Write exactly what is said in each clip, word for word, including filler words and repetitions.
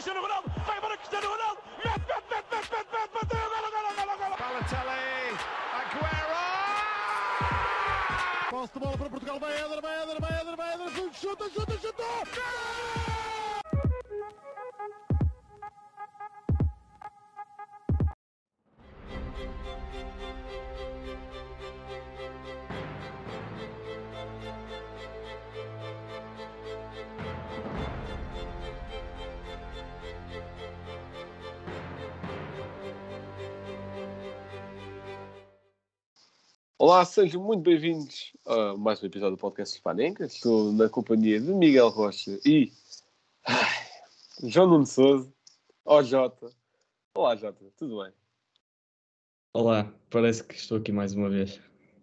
Cristiano Ronaldo, vai embora Cristiano Ronaldo, mete, mete, mete, mete, mete, mete, bateu, golo, golo, golo, golo. Balotelli, Aguero! Posse de bola para Portugal, vai Éder, vai Éder, vai Éder, vai Éder, chuta, chuta, chuta! Olá, sejam muito bem-vindos a mais um episódio do podcast Hispanenca. Estou na companhia de Miguel Rocha e ai, João Nuno Sousa. Ó Jota. Olá Jota, tudo bem? Olá, parece que estou aqui mais uma vez.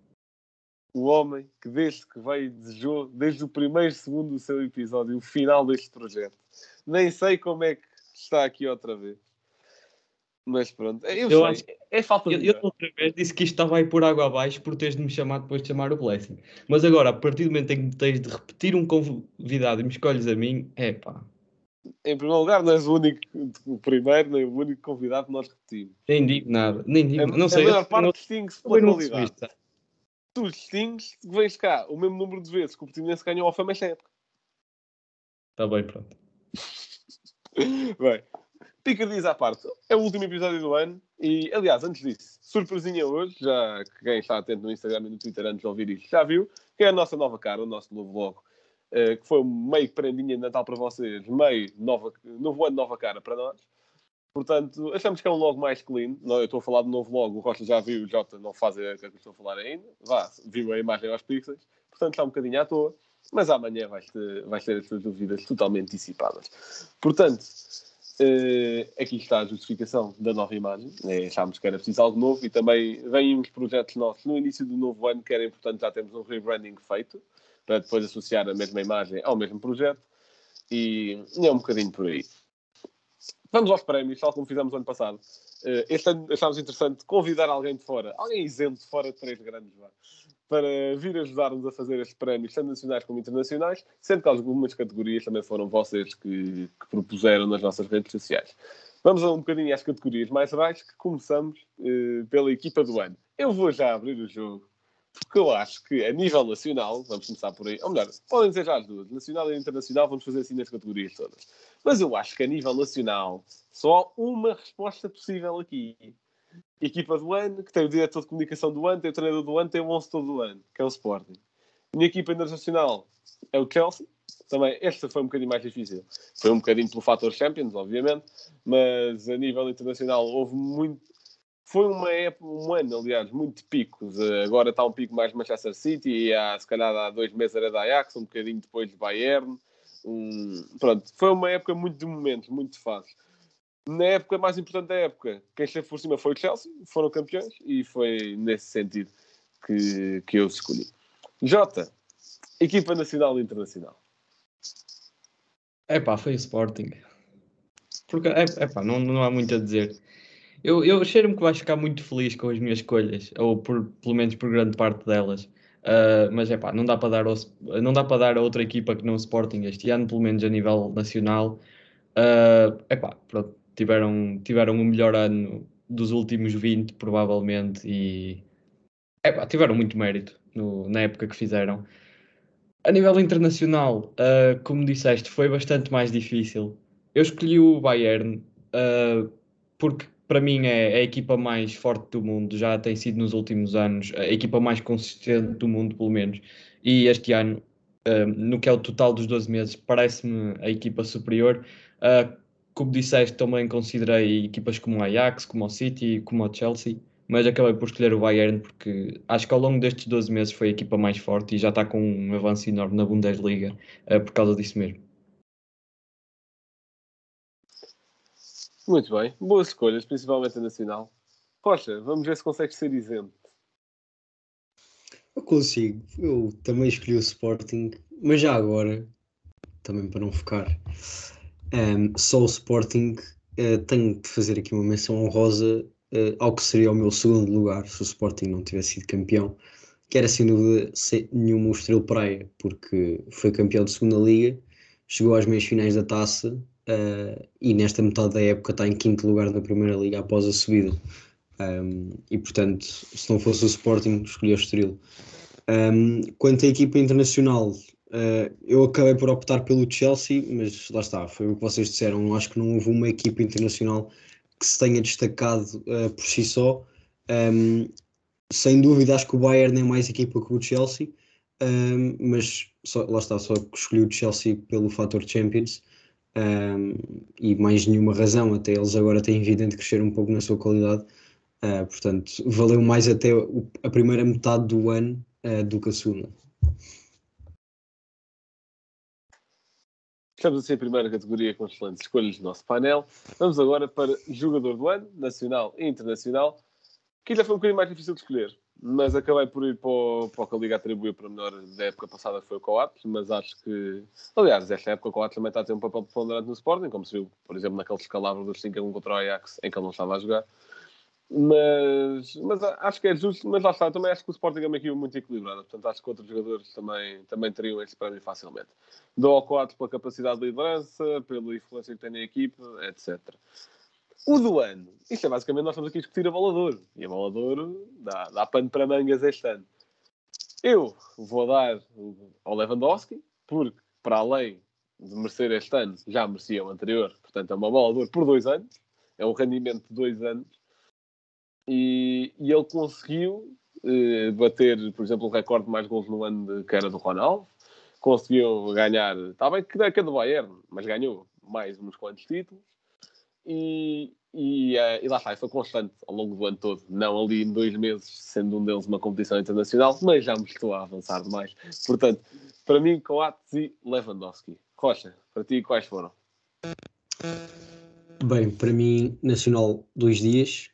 O homem que desde que veio desejou, desde o primeiro segundo do seu episódio, o final deste projeto. Nem sei como é que está aqui outra vez. Mas pronto, eu, Eu sei. acho- É falta de Eu, eu melhor. outra vez disse que isto estava aí por água abaixo por teres de me chamar depois de chamar o Blessing. Mas agora, a partir do momento em que me tens de repetir um convidado e me escolhes a mim, é pá, Em primeiro lugar, não és o único, o primeiro, nem o único convidado que nós repetimos. nem digo nada, nem digo, A, não a sei. maior eu- parte eu- distingue-se eu pela não qualidade. recebi isto. Tu distingues que vens cá o mesmo número de vezes que o Portimonense ganhou ao Fama esta época. Está bem, pronto. Bem, picardias à parte. É o último episódio do ano e, aliás, antes disso, surpresinha hoje, já que quem está atento no Instagram e no Twitter antes de ouvir isto já viu, que é a nossa nova cara, o nosso novo logo, eh, que foi meio prendinha de Natal para vocês, meio nova, novo ano, nova cara para nós. Portanto, achamos que é um logo mais clean. Não, eu estou a falar de novo logo, o Rocha já viu, o Jota não faz a que eu estou a falar ainda. Vá, viu a imagem aos pixels. Portanto, está um bocadinho à toa. Mas amanhã vais ter, vais ter as suas dúvidas totalmente dissipadas. Portanto, eh, aqui está a justificação da nova imagem. Eh, achámos que era preciso algo novo e também vêm uns projetos nossos no início do novo ano que era importante, já temos um rebranding feito para depois associar a mesma imagem ao mesmo projeto. E é um bocadinho por aí. Vamos aos prémios, tal como fizemos o ano passado. Uh, este ano achámos interessante convidar alguém de fora, alguém isento de fora de três grandes, vá, para vir ajudar-nos a fazer estes prémios, tanto nacionais como internacionais, sendo que algumas categorias também foram vocês que, que propuseram nas nossas redes sociais. Vamos a um bocadinho às categorias mais gerais, que começamos uh, pela equipa do ano. Eu vou já abrir o jogo, porque eu acho que a nível nacional, vamos começar por aí, ou melhor, podem ser já as duas, nacional e internacional, vamos fazer assim nas categorias todas. Mas eu acho que a nível nacional só há uma resposta possível aqui. Equipa do ano, que tem o diretor de comunicação do ano, tem o treinador do ano, tem o onze todo do ano, que é o Sporting. Minha equipa internacional é o Chelsea. Também, esta foi um bocadinho mais difícil. Foi um bocadinho pelo fator Champions, obviamente, mas a nível internacional houve muito... Foi uma época, um ano, aliás, muito de picos. Agora está um pico mais Manchester City e há, se calhar há dois meses era da Ajax, um bocadinho depois de Bayern. Um, pronto, foi uma época muito de momentos, muito de fases. Na época mais importante da época, quem esteve por cima foi o Chelsea, foram campeões e foi nesse sentido que, que eu escolhi. Jota, equipa nacional e internacional. É pá, foi o Sporting. Porque, é, é pá, não, não há muito a dizer. Eu, eu cheiro-me que vais ficar muito feliz com as minhas escolhas, ou por, pelo menos por grande parte delas. Uh, mas é pá, não dá para dar ao, não dá para dar a outra equipa que não o Sporting este ano, pelo menos a nível nacional. Uh, é pá, pronto, tiveram, tiveram o melhor ano dos últimos vinte, provavelmente, e é pá, tiveram muito mérito no, na época que fizeram. A nível internacional, uh, como disseste, foi bastante mais difícil. Eu escolhi o Bayern, uh, porque para mim é, é a equipa mais forte do mundo, já tem sido nos últimos anos, a equipa mais consistente do mundo, pelo menos. E este ano, uh, no que é o total dos doze meses, parece-me a equipa superior. Uh, como disseste, também considerei equipas como o Ajax, como o City, como o Chelsea, mas acabei por escolher o Bayern porque acho que ao longo destes doze meses foi a equipa mais forte e já está com um avanço enorme na Bundesliga uh, por causa disso mesmo. Muito bem, boas escolhas, principalmente a nacional. Rocha, vamos ver se consegues ser isento. Eu consigo, eu também escolhi o Sporting, mas já agora, também para não ficar um, só o Sporting, uh, tenho de fazer aqui uma menção honrosa uh, ao que seria o meu segundo lugar se o Sporting não tivesse sido campeão, que era sem dúvida sem nenhuma o Estrela Praia, porque foi campeão de segunda liga, chegou às meias finais da taça uh, e nesta metade da época está em quinto lugar na Primeira Liga após a subida. Um, e portanto, se não fosse o Sporting, escolhi o Estoril. Um, quanto à equipa internacional, uh, eu acabei por optar pelo Chelsea, mas lá está, foi o que vocês disseram. Acho que não houve uma equipa internacional que se tenha destacado uh, por si só. Um, sem dúvida, acho que o Bayern é mais equipa que o Chelsea, um, mas só, lá está, só escolhi o Chelsea pelo fator Champions. Um, e mais nenhuma razão, até eles agora têm vindo a crescer um pouco na sua qualidade. Uh, portanto, valeu mais até o, a primeira metade do ano uh, do que a segunda. Estamos assim em primeira categoria com excelentes escolhas do nosso painel. Vamos agora para jogador do ano, nacional e internacional, que ainda foi um bocadinho mais difícil de escolher, mas acabei por ir para o, para o que a Liga atribuiu para melhor da época passada, que foi o Coates, mas acho que, aliás, esta época o Coates também está a ter um papel preponderante no Sporting, como se viu, por exemplo, naquele escalabro dos cinco a um contra o Ajax, em que ele não estava a jogar. Mas, mas acho que é justo, mas lá está, também acho que o Sporting é uma equipe muito equilibrada, portanto acho que outros jogadores também, também teriam esse prémio facilmente. Dou ao Coates pela capacidade de liderança, pela influência que tem na equipe, etcétera. O do ano, isto é basicamente nós estamos aqui a discutir a bola de ouro, e a bola de ouro dá, dá pano para mangas este ano. Eu vou dar ao Lewandowski, porque para além de merecer este ano, já merecia o anterior, portanto é uma bola de ouro por dois anos, é um rendimento de dois anos. E, e ele conseguiu eh, bater, por exemplo, o recorde de mais gols no ano de, que era do Ronaldo. Conseguiu ganhar, está bem que é do Bayern, mas ganhou mais uns quantos títulos. E, e, uh, e lá está, foi constante ao longo do ano todo. Não ali em dois meses, sendo um deles uma competição internacional, mas já me estou a avançar demais. Portanto, para mim, Coates e Lewandowski. Rocha, para ti, quais foram? Bem, para mim, Nacional, dois dias.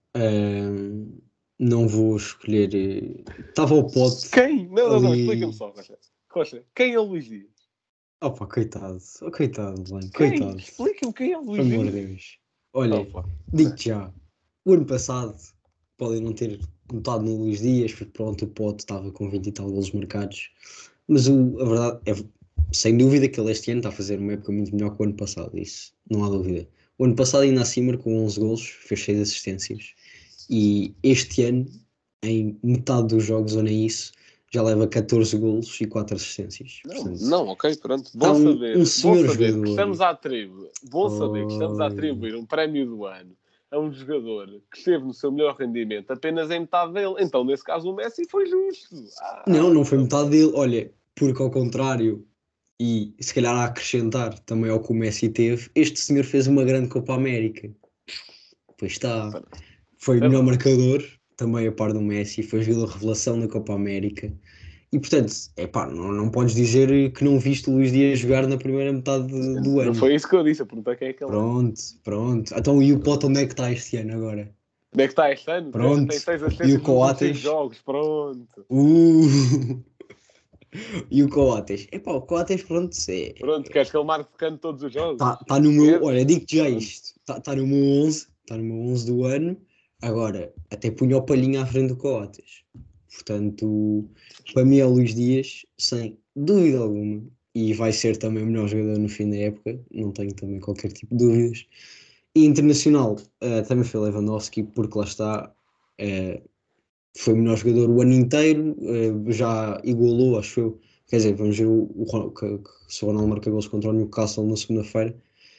Um, não vou escolher. Estava ao pote. Quem? Não, não, ali... não, explica-me só, Rocha. Rocha, quem é o Luís Dias? Opa, coitado, oh, coitado, Blanco, Quem? coitado. Explica-me quem é o Luís Pelo Dias. amor de Deus. Olha, Opa. digo-te já, o ano passado podem não ter notado no Luís Dias, porque pronto, o Pote estava com vinte e tal golos marcados, mas o, a verdade é, sem dúvida, que ele este ano está a fazer uma época muito melhor que o ano passado, isso não há dúvida. O ano passado ainda assim marcou onze golos, fez seis assistências, e este ano, em metade dos jogos, ou nem isso, já leva catorze golos e quatro assistências. Não, Portanto, não, ok, pronto. Bom está um, saber, um bom senhor saber jogador. que estamos a atribuir, bom saber que estamos a Oi. atribuir um prémio do ano a um jogador que esteve no seu melhor rendimento apenas em metade dele. Então, nesse caso, o Messi foi justo. Ah, Não, não foi não. metade dele. Olha, porque ao contrário, e se calhar a acrescentar também ao que o Messi teve, este senhor fez uma grande Copa América. Pois está. Foi É melhor verdade. marcador, também a par do Messi, foi jogador revelação na Copa América. E portanto, epá, não, não podes dizer que não viste o Luís Dias jogar na primeira metade de- do Não ano. foi isso que eu disse, eu perguntei quem é que ele é. Pronto, pronto. Então e o Pote onde é que está este ano agora? Onde é que está este ano? Pronto. Tem seis E assistências o nos últimos Coates? cinco jogos, pronto. Uh! E o Coates? Epá, o Coates, pronto, é, Pronto, queres que ele marque de canto todos os jogos? Está tá no meu, Queres? olha, digo-te já Pronto. isto, está tá no meu onze, está no meu onze do ano, agora até punha o Palhinha à frente do Coates. Portanto, para mim é o Luís Dias, sem dúvida alguma, e vai ser também o melhor jogador no fim da época, não tenho também qualquer tipo de dúvidas. E internacional, uh, também foi Lewandowski, porque lá está, uh, foi o melhor jogador o ano inteiro, uh, já igualou, acho eu. Quer dizer, vamos ver o, o, que, que, se o Ronaldo marca gols contra o Newcastle na segunda-feira,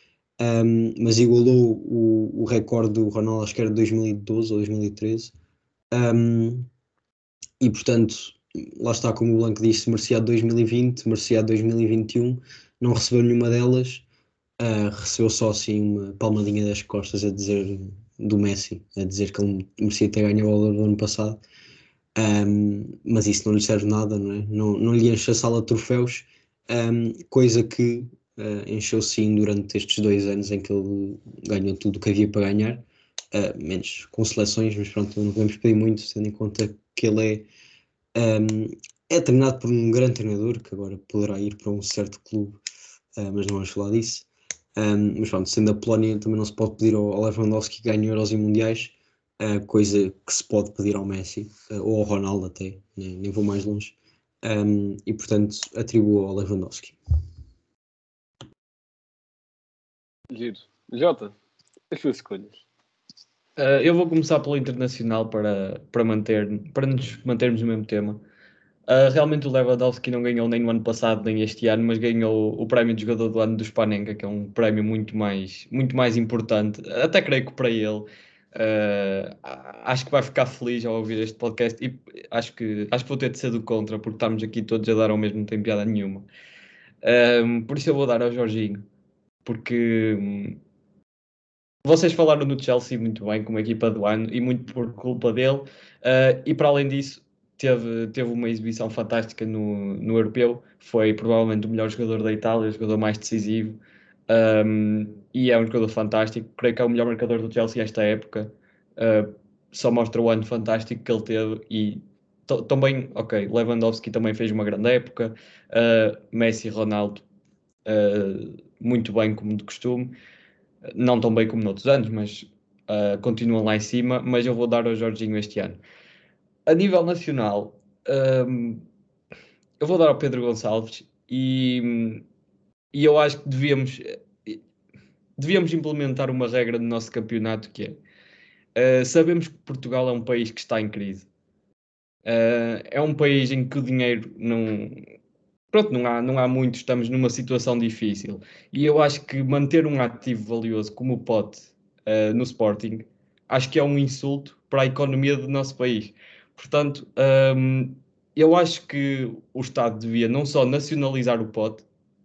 um, mas igualou o, o recorde do Ronaldo, acho que era de dois mil e doze ou dois mil e treze. Um, e portanto, lá está, como o Blanco disse, merecia a dois mil e vinte, merecia a dois mil e vinte e um, não recebeu nenhuma delas, uh, recebeu só assim uma palmadinha das costas a dizer do Messi, a dizer que ele merecia ter ganho a bola do ano passado. Um, mas isso não lhe serve nada, não é? Não, não lhe enche a sala de troféus, um, coisa que uh, encheu sim durante estes dois anos em que ele ganhou tudo o que havia para ganhar, uh, menos com seleções, mas pronto, não podemos pedir muito, tendo em conta que ele é, um, é treinado por um grande treinador, que agora poderá ir para um certo clube, uh, mas não vamos falar disso. Um, mas pronto, sendo a Polónia, também não se pode pedir ao, ao Lewandowski que ganhe Euros e Mundiais. Uh, coisa que se pode pedir ao Messi, uh, ou ao Ronaldo até, nem, nem vou mais longe, um, e portanto atribuo ao Lewandowski. Giro. Jota, as suas escolhas. Uh, eu vou começar pelo internacional para, para, manter, para nos mantermos no mesmo tema. Uh, realmente o Lewandowski não ganhou nem no ano passado nem este ano, mas ganhou o prémio de jogador do ano do Spanenka, que é um prémio muito mais, muito mais importante, até creio que para ele. Uh, acho que vai ficar feliz ao ouvir este podcast e acho que, acho que vou ter de ser do contra, porque estamos aqui todos a dar ao mesmo, não tem piada nenhuma. Um, por isso eu vou dar ao Jorginho, porque hum, vocês falaram no Chelsea muito bem como equipa do ano e muito por culpa dele, uh, e para além disso teve, teve uma exibição fantástica no, no Europeu, foi provavelmente o melhor jogador da Itália, o jogador mais decisivo, um, e é um jogador fantástico, creio que é o melhor marcador do Chelsea esta época, uh, só mostra o ano fantástico que ele teve e t- também, ok, Lewandowski também fez uma grande época, uh, Messi e Ronaldo uh, muito bem como de costume, não tão bem como noutros anos, mas uh, continuam lá em cima, mas eu vou dar ao Jorginho este ano. A nível nacional, um, eu vou dar ao Pedro Gonçalves e, e eu acho que devíamos, devíamos implementar uma regra no nosso campeonato que é, uh, sabemos que Portugal é um país que está em crise. Uh, é um país em que o dinheiro não... Pronto, não há, não há muito, estamos numa situação difícil. E eu acho que manter um ativo valioso como o Pote uh, no Sporting, acho que é um insulto para a economia do nosso país. Portanto, um, eu acho que o Estado devia não só nacionalizar o Pote,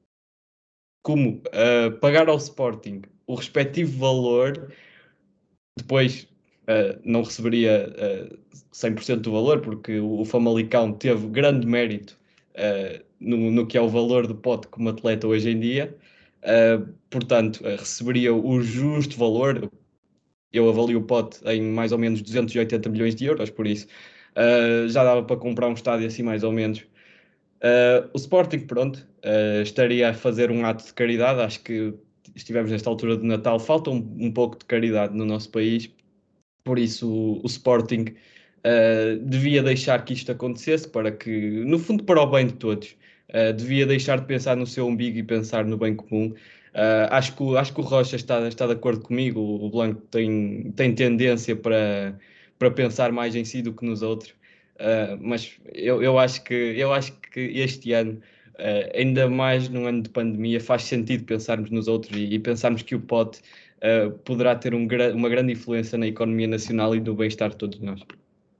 como uh, pagar ao Sporting o respectivo valor, depois uh, não receberia uh, cem por cento do valor, porque o, o Famalicão teve grande mérito uh, no, no que é o valor do Pote como atleta hoje em dia, uh, portanto, uh, receberia o justo valor. Eu avalio o Pote em mais ou menos duzentos e oitenta milhões de euros, por isso uh, já dava para comprar um estádio assim mais ou menos. Uh, o Sporting, pronto, uh, estaria a fazer um ato de caridade. Acho que estivemos nesta altura de Natal, falta um, um pouco de caridade no nosso país, por isso o, o Sporting uh, devia deixar que isto acontecesse para que, no fundo, para o bem de todos, uh, devia deixar de pensar no seu umbigo e pensar no bem comum. Uh, acho, que, acho que o Rocha está, está de acordo comigo, o Blanco tem, tem tendência para, para pensar mais em si do que nos outros. Uh, mas eu, eu, acho que, eu acho que este ano, uh, ainda mais num ano de pandemia, faz sentido pensarmos nos outros e, e pensarmos que o Pote uh, poderá ter um, uma grande influência na economia nacional e no bem-estar de todos nós.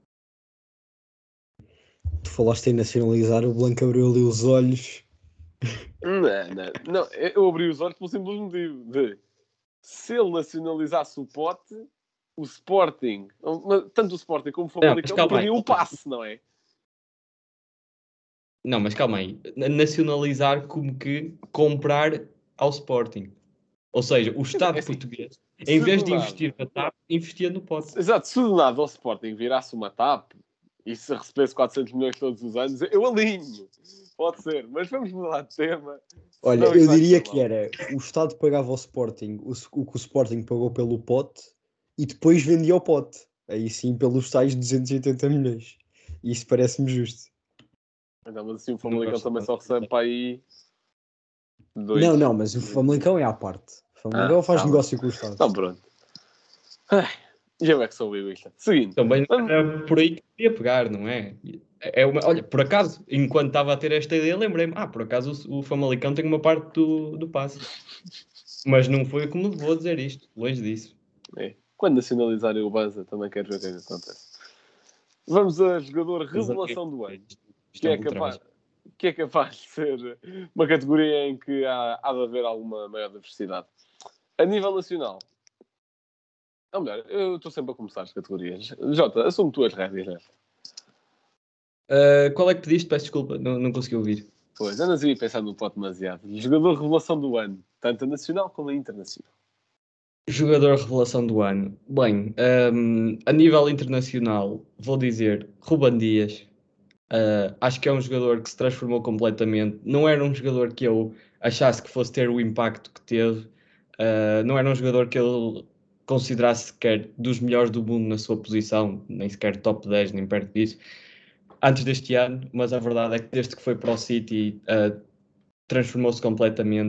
Tu falaste em nacionalizar, o Blanco abriu ali os olhos. Não, não, não, eu abri os olhos pelo simples motivo de se ele nacionalizasse o Pote, o Sporting, tanto o Sporting como o Famalicão, perdia o passe, não é? Não, mas calma aí. Nacionalizar como que comprar ao Sporting. Ou seja, o Estado é assim, português, em vez de investir na TAP, investia no Pote. Exato, se do nada ao Sporting virasse uma TAP e se recebesse quatrocentos milhões todos os anos, eu alinho. Pode ser, mas vamos mudar de tema. Olha, eu diria que era, o Estado pagava ao Sporting o, o que o Sporting pagou pelo Pote e depois vendia o Pote. Aí sim, pelos tais duzentos e oitenta milhões. E isso parece-me justo. Não, mas assim o Famalicão também só recebe para aí... Dois. Não, não, mas o Famalicão é à parte. O Famalicão ah, faz tá negócio bem. Com o Estado. Então pronto. Ai, e eu é que sou egoísta. Seguinte. Também vamos... é por aí que queria pegar, não é? É uma... Olha, por acaso, enquanto estava a ter esta ideia, lembrei-me, ah, por acaso o, o Famalicão tem uma parte do, do passe. Mas não foi como vou dizer isto, longe disso. É. Quando nacionalizarem o Banza, também quero ver o que é que acontece. Vamos a jogador revelação do ano. Que é, capaz, que é capaz de ser uma categoria em que há, há de haver alguma maior diversidade. A nível nacional, ou melhor, eu estou sempre a começar as categorias. Jota, assume tu as rédeas, né? Uh, qual é que pediste? Peço desculpa, não, não consegui ouvir. Pois, andas aí a pensar no pote demasiado. Jogador revelação do ano, tanto a nacional como a internacional. Jogador revelação do ano. Bem, um, a nível internacional, vou dizer Ruben Dias. Uh, acho que é um jogador que se transformou completamente. Não era um jogador que eu achasse que fosse ter o impacto que teve. Uh, não era um jogador que eu considerasse sequer dos melhores do mundo na sua posição, nem sequer top dez, nem perto disso, antes deste ano. Mas a verdade é que desde que foi para o City, uh, transformou-se completamente.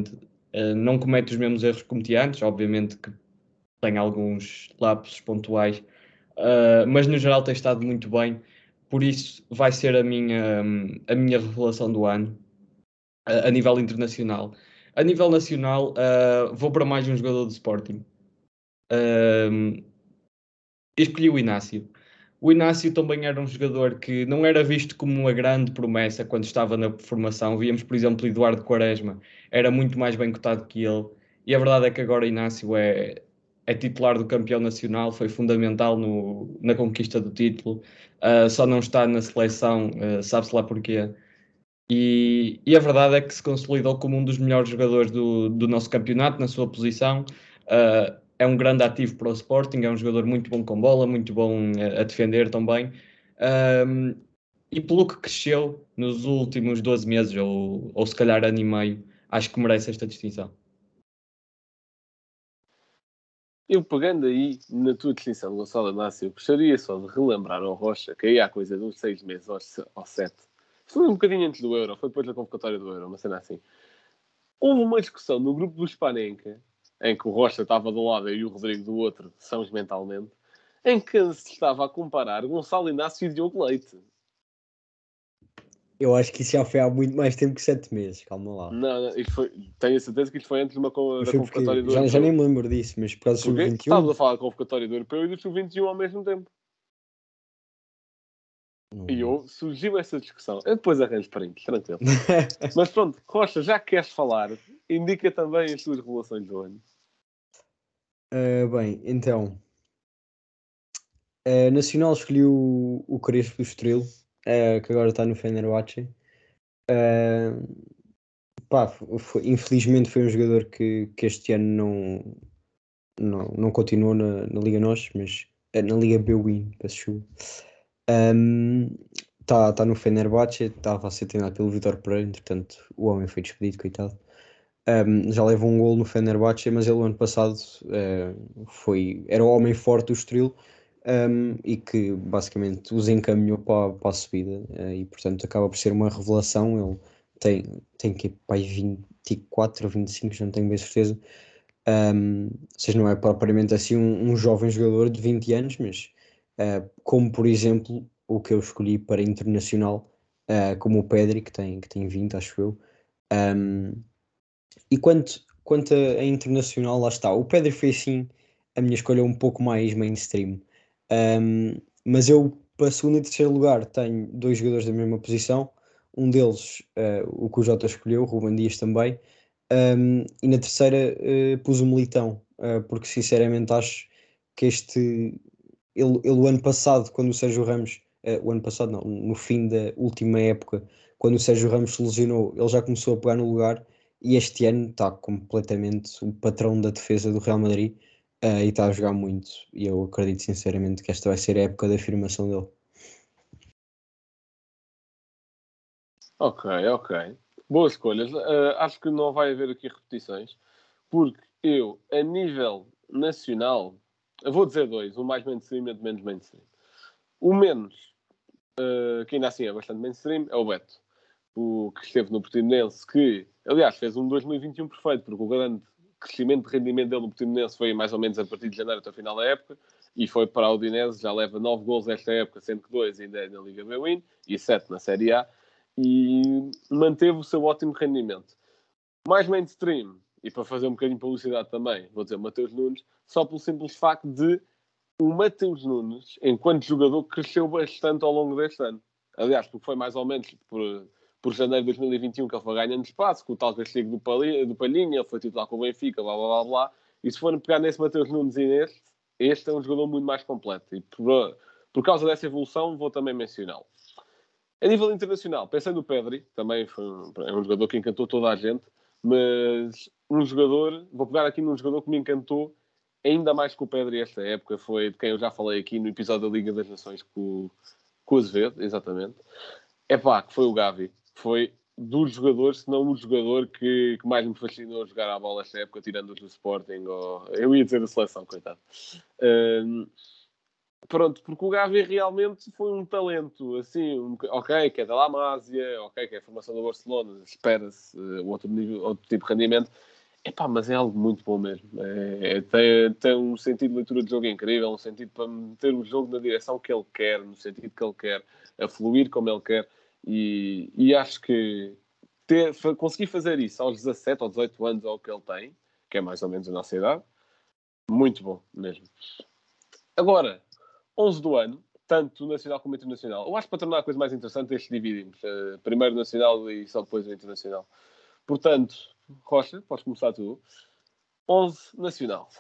Uh, não comete os mesmos erros que cometia antes, obviamente que tem alguns lapsos pontuais, uh, mas no geral tem estado muito bem, por isso vai ser a minha, a minha revelação do ano, uh, a nível internacional. A nível nacional, uh, vou para mais um jogador do Sporting. Uh, escolhi o Inácio. O Inácio também era um jogador que não era visto como uma grande promessa quando estava na formação. Víamos, por exemplo, Eduardo Quaresma, era muito mais bem cotado que ele. E a verdade é que agora Inácio é, é titular do campeão nacional, foi fundamental no, na conquista do título. Uh, só não está na seleção, uh, sabe-se lá porquê. E, e a verdade é que se consolidou como um dos melhores jogadores do, do nosso campeonato, na sua posição. Uh, é um grande ativo para o Sporting, é um jogador muito bom com bola, muito bom a, a defender também. Um, e pelo que cresceu nos últimos doze meses, ou, ou se calhar ano e meio, acho que merece esta distinção. Eu pegando aí na tua distinção, Gonçalo Inácio, eu gostaria só de relembrar ao Rocha, que aí há coisa de uns seis meses ou, ou sete, foi um bocadinho antes do Euro, foi depois da convocatória do Euro, uma cena assim. Houve uma discussão no grupo do Spanenka, em que o Rocha estava de um lado e o Rodrigo do outro, sãos mentalmente, em que se estava a comparar Gonçalo Inácio e Diogo Leite. Eu acho que isso já foi há muito mais tempo que sete meses, calma lá. Não, não, isto foi, tenho a certeza que isto foi antes de uma, Mas da foi convocatória do já, Europeu. já nem me lembro disso, mas por causa do Porquê? sub vinte e um. Estávamos a falar da convocatória do Europeu e do sub vinte e um ao mesmo tempo. Não. E eu, surgiu essa discussão. Eu depois arranjo prints, tranquilo. Mas pronto, Rocha, já que queres falar, indica também as tuas revelações do ano. Uh, bem, então, uh, Nacional escolhi o, o Crespo do Estoril, uh, que agora está no Fenerbahçe. Uh, pá, foi, infelizmente foi um jogador que, que este ano não, não, não continuou na, na Liga Nós, mas uh, na Liga B-Win, peço desculpa. Um, Está tá no Fenerbahçe, estava a ser treinado pelo Vítor Pereira, entretanto o homem foi despedido, coitado. Um, já levou um gol no Fenerbahçe, mas ele o ano passado uh, foi, era o homem forte do Estoril, um, e que basicamente os encaminhou para, para a subida, uh, e portanto acaba por ser uma revelação. Ele tem, tem que ir para aí vinte e quatro ou vinte e cinco, já não tenho bem certeza. Um, ou seja, não é propriamente assim um, um jovem jogador de vinte anos, mas uh, como por exemplo o que eu escolhi para internacional, uh, como o Pedri, que tem, que tem vinte, acho eu. Um, e quanto, quanto a, a internacional, lá está. O Pedri foi assim a minha escolha um pouco mais mainstream. Um, mas eu, para segundo e terceiro lugar, tenho dois jogadores da mesma posição. Um deles, uh, o que o Jota escolheu, o Ruben Dias também. Um, e na terceira uh, pus o Militão, uh, porque sinceramente acho que este. Ele, ele o ano passado, quando o Sérgio Ramos. Uh, o ano passado, não, no fim da última época, quando o Sérgio Ramos se lesionou, ele já começou a pegar no lugar. E este ano está completamente o patrão da defesa do Real Madrid, uh, e está a jogar muito. E eu acredito sinceramente que esta vai ser a época da afirmação dele. Ok, ok. Boas escolhas. Uh, acho que não vai haver aqui repetições, porque eu, a nível nacional, eu vou dizer dois, o mais mainstream e o menos mainstream. O menos, uh, que ainda assim é bastante mainstream, é o Beto, o que esteve no Portimonense, que, aliás, fez um dois mil e vinte e um perfeito, porque o grande crescimento de rendimento dele no Portimonense foi mais ou menos a partir de janeiro até o final da época, e foi para a Udinese, já leva nove gols esta época, sendo que dois ainda é na Liga B-Win e sete na Série A, e manteve o seu ótimo rendimento. Mais mainstream, e para fazer um bocadinho de publicidade também, vou dizer o Mateus Nunes, só pelo simples facto de o Mateus Nunes, enquanto jogador, cresceu bastante ao longo deste ano. Aliás, porque foi mais ou menos por, por janeiro de dois mil e vinte e um que ele foi ganhando espaço, com o tal castigo do, Palhinha, do Palhinha, ele foi titular com o Benfica, blá blá blá blá. E se forem pegar nesse Mateus Nunes e neste, este é um jogador muito mais completo. E por, por causa dessa evolução, vou também mencioná-lo. A nível internacional, pensando no Pedri, também foi um, é um jogador que encantou toda a gente, mas um jogador, vou pegar aqui num jogador que me encantou ainda mais que o Pedri esta época, foi de quem eu já falei aqui no episódio da Liga das Nações com, com o Azevedo, exatamente. É pá, que foi o Gavi. Foi dos jogadores, se não o jogador que, que mais me fascinou jogar à bola esta época, tirando os do Sporting, ou eu ia dizer da seleção, coitado. Um, Pronto, porque o Gavi realmente foi um talento, assim, um, ok, que é da La Masia, ok, que é a formação do Barcelona, espera-se uh, outro, nível, outro tipo de rendimento. Epá, mas é algo muito bom mesmo. É, é- tem, tem um sentido de leitura de jogo incrível, um sentido para meter o jogo na direção que ele quer, no sentido que ele quer, a fluir como ele quer. E, e acho que ter, fa- conseguir fazer isso aos dezassete ou dezoito anos, ou o que ele tem, que é mais ou menos a nossa idade, muito bom mesmo. Agora, onze do ano, tanto nacional como internacional. Eu acho que para tornar a coisa mais interessante, estes dividimos. Uh, primeiro nacional e só depois o internacional. Portanto, Rocha, podes começar tu. onze nacional.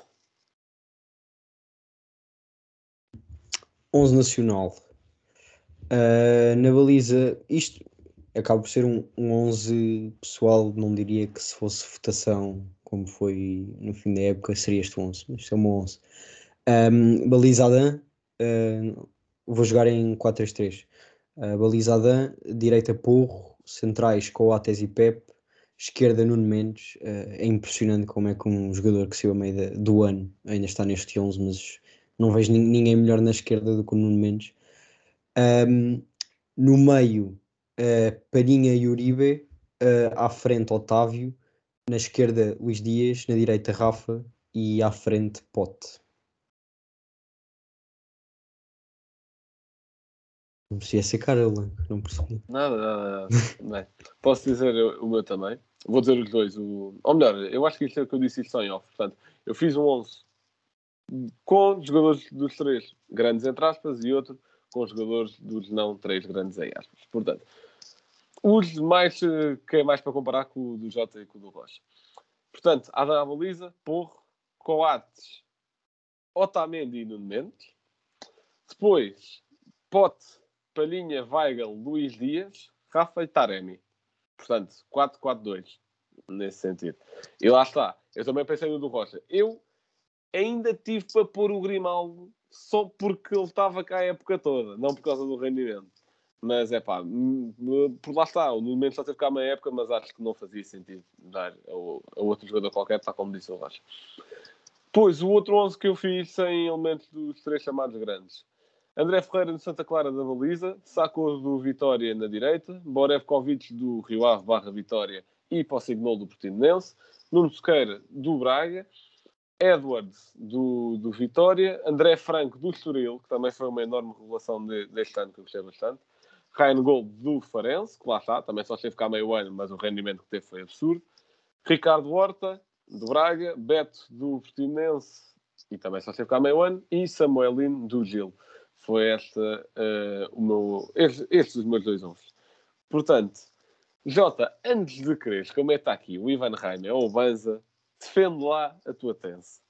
onze nacional. Uh, na baliza, isto acaba por ser um, um onze pessoal, não diria que se fosse votação, como foi no fim da época, seria este onze, mas isto é um onze. Um, baliza Adam, uh, vou jogar em quatro três três. Uh, baliza Adam, direita Porro, centrais Coates e Pep, esquerda Nuno Mendes. Uh, é impressionante como é que um jogador que saiu a meio da- do ano ainda está neste onze, mas não vejo nin- ninguém melhor na esquerda do que o Nuno Mendes. Um, no meio, uh, Palhinha e Uribe, uh, à frente Otávio, na esquerda Luís Dias, na direita Rafa e à frente Pote. Não percebi essa cara, Alan, não percebi. Nada, nada, nada. Bem, posso dizer o meu também. Vou dizer os dois. O... Ou melhor, eu acho que isto é o que eu disse isto só em off. Portanto, eu fiz um onze com jogadores dos três grandes, entre aspas, e outro com jogadores dos não três grandes, em aspas. Portanto, os mais, eh, que é mais para comparar com o do Jota e com o do Rocha. Portanto, Adam à baliza, Porro, Coates, Otamendi e Nuno Mendes. Depois, Pote, Palhinha, Weigl, Luís Dias, Rafa e Taremi. Portanto, quatro quatro dois, nesse sentido. E lá está. Eu também pensei no do Rocha. Eu ainda tive para pôr o Grimaldo só porque ele estava cá a época toda, não por causa do rendimento. Mas é pá, por lá está. O Nuno Mendes só teve cá uma época, mas acho que não fazia sentido dar a, a outro jogador qualquer, tal como disse o Rocha. Pois, o outro onze que eu fiz sem elementos dos três chamados grandes. André Ferreira do Santa Clara da baliza, Sacco do Vitória na direita, Borevkovic do Rio Ave barra Vitória e Possignol do Portimonense, Nuno Sequeira do Braga, Edwards do, do Vitória, André Franco do Estoril, que também foi uma enorme revelação de, deste ano que eu gostei bastante, Ryan Gold do Farense, que lá está, também só esteve cá meio ano, mas o rendimento que teve foi absurdo, Ricardo Horta do Braga, Beto do Portimonense e também só esteve cá meio ano, e Samuelino do Gil. Foi esta, uh, o meu, estes, estes os meus dois onze. Portanto, Jota, antes de quereres, como é que está aqui o Ivan Rainer ou o Banza, defende lá a tua tese.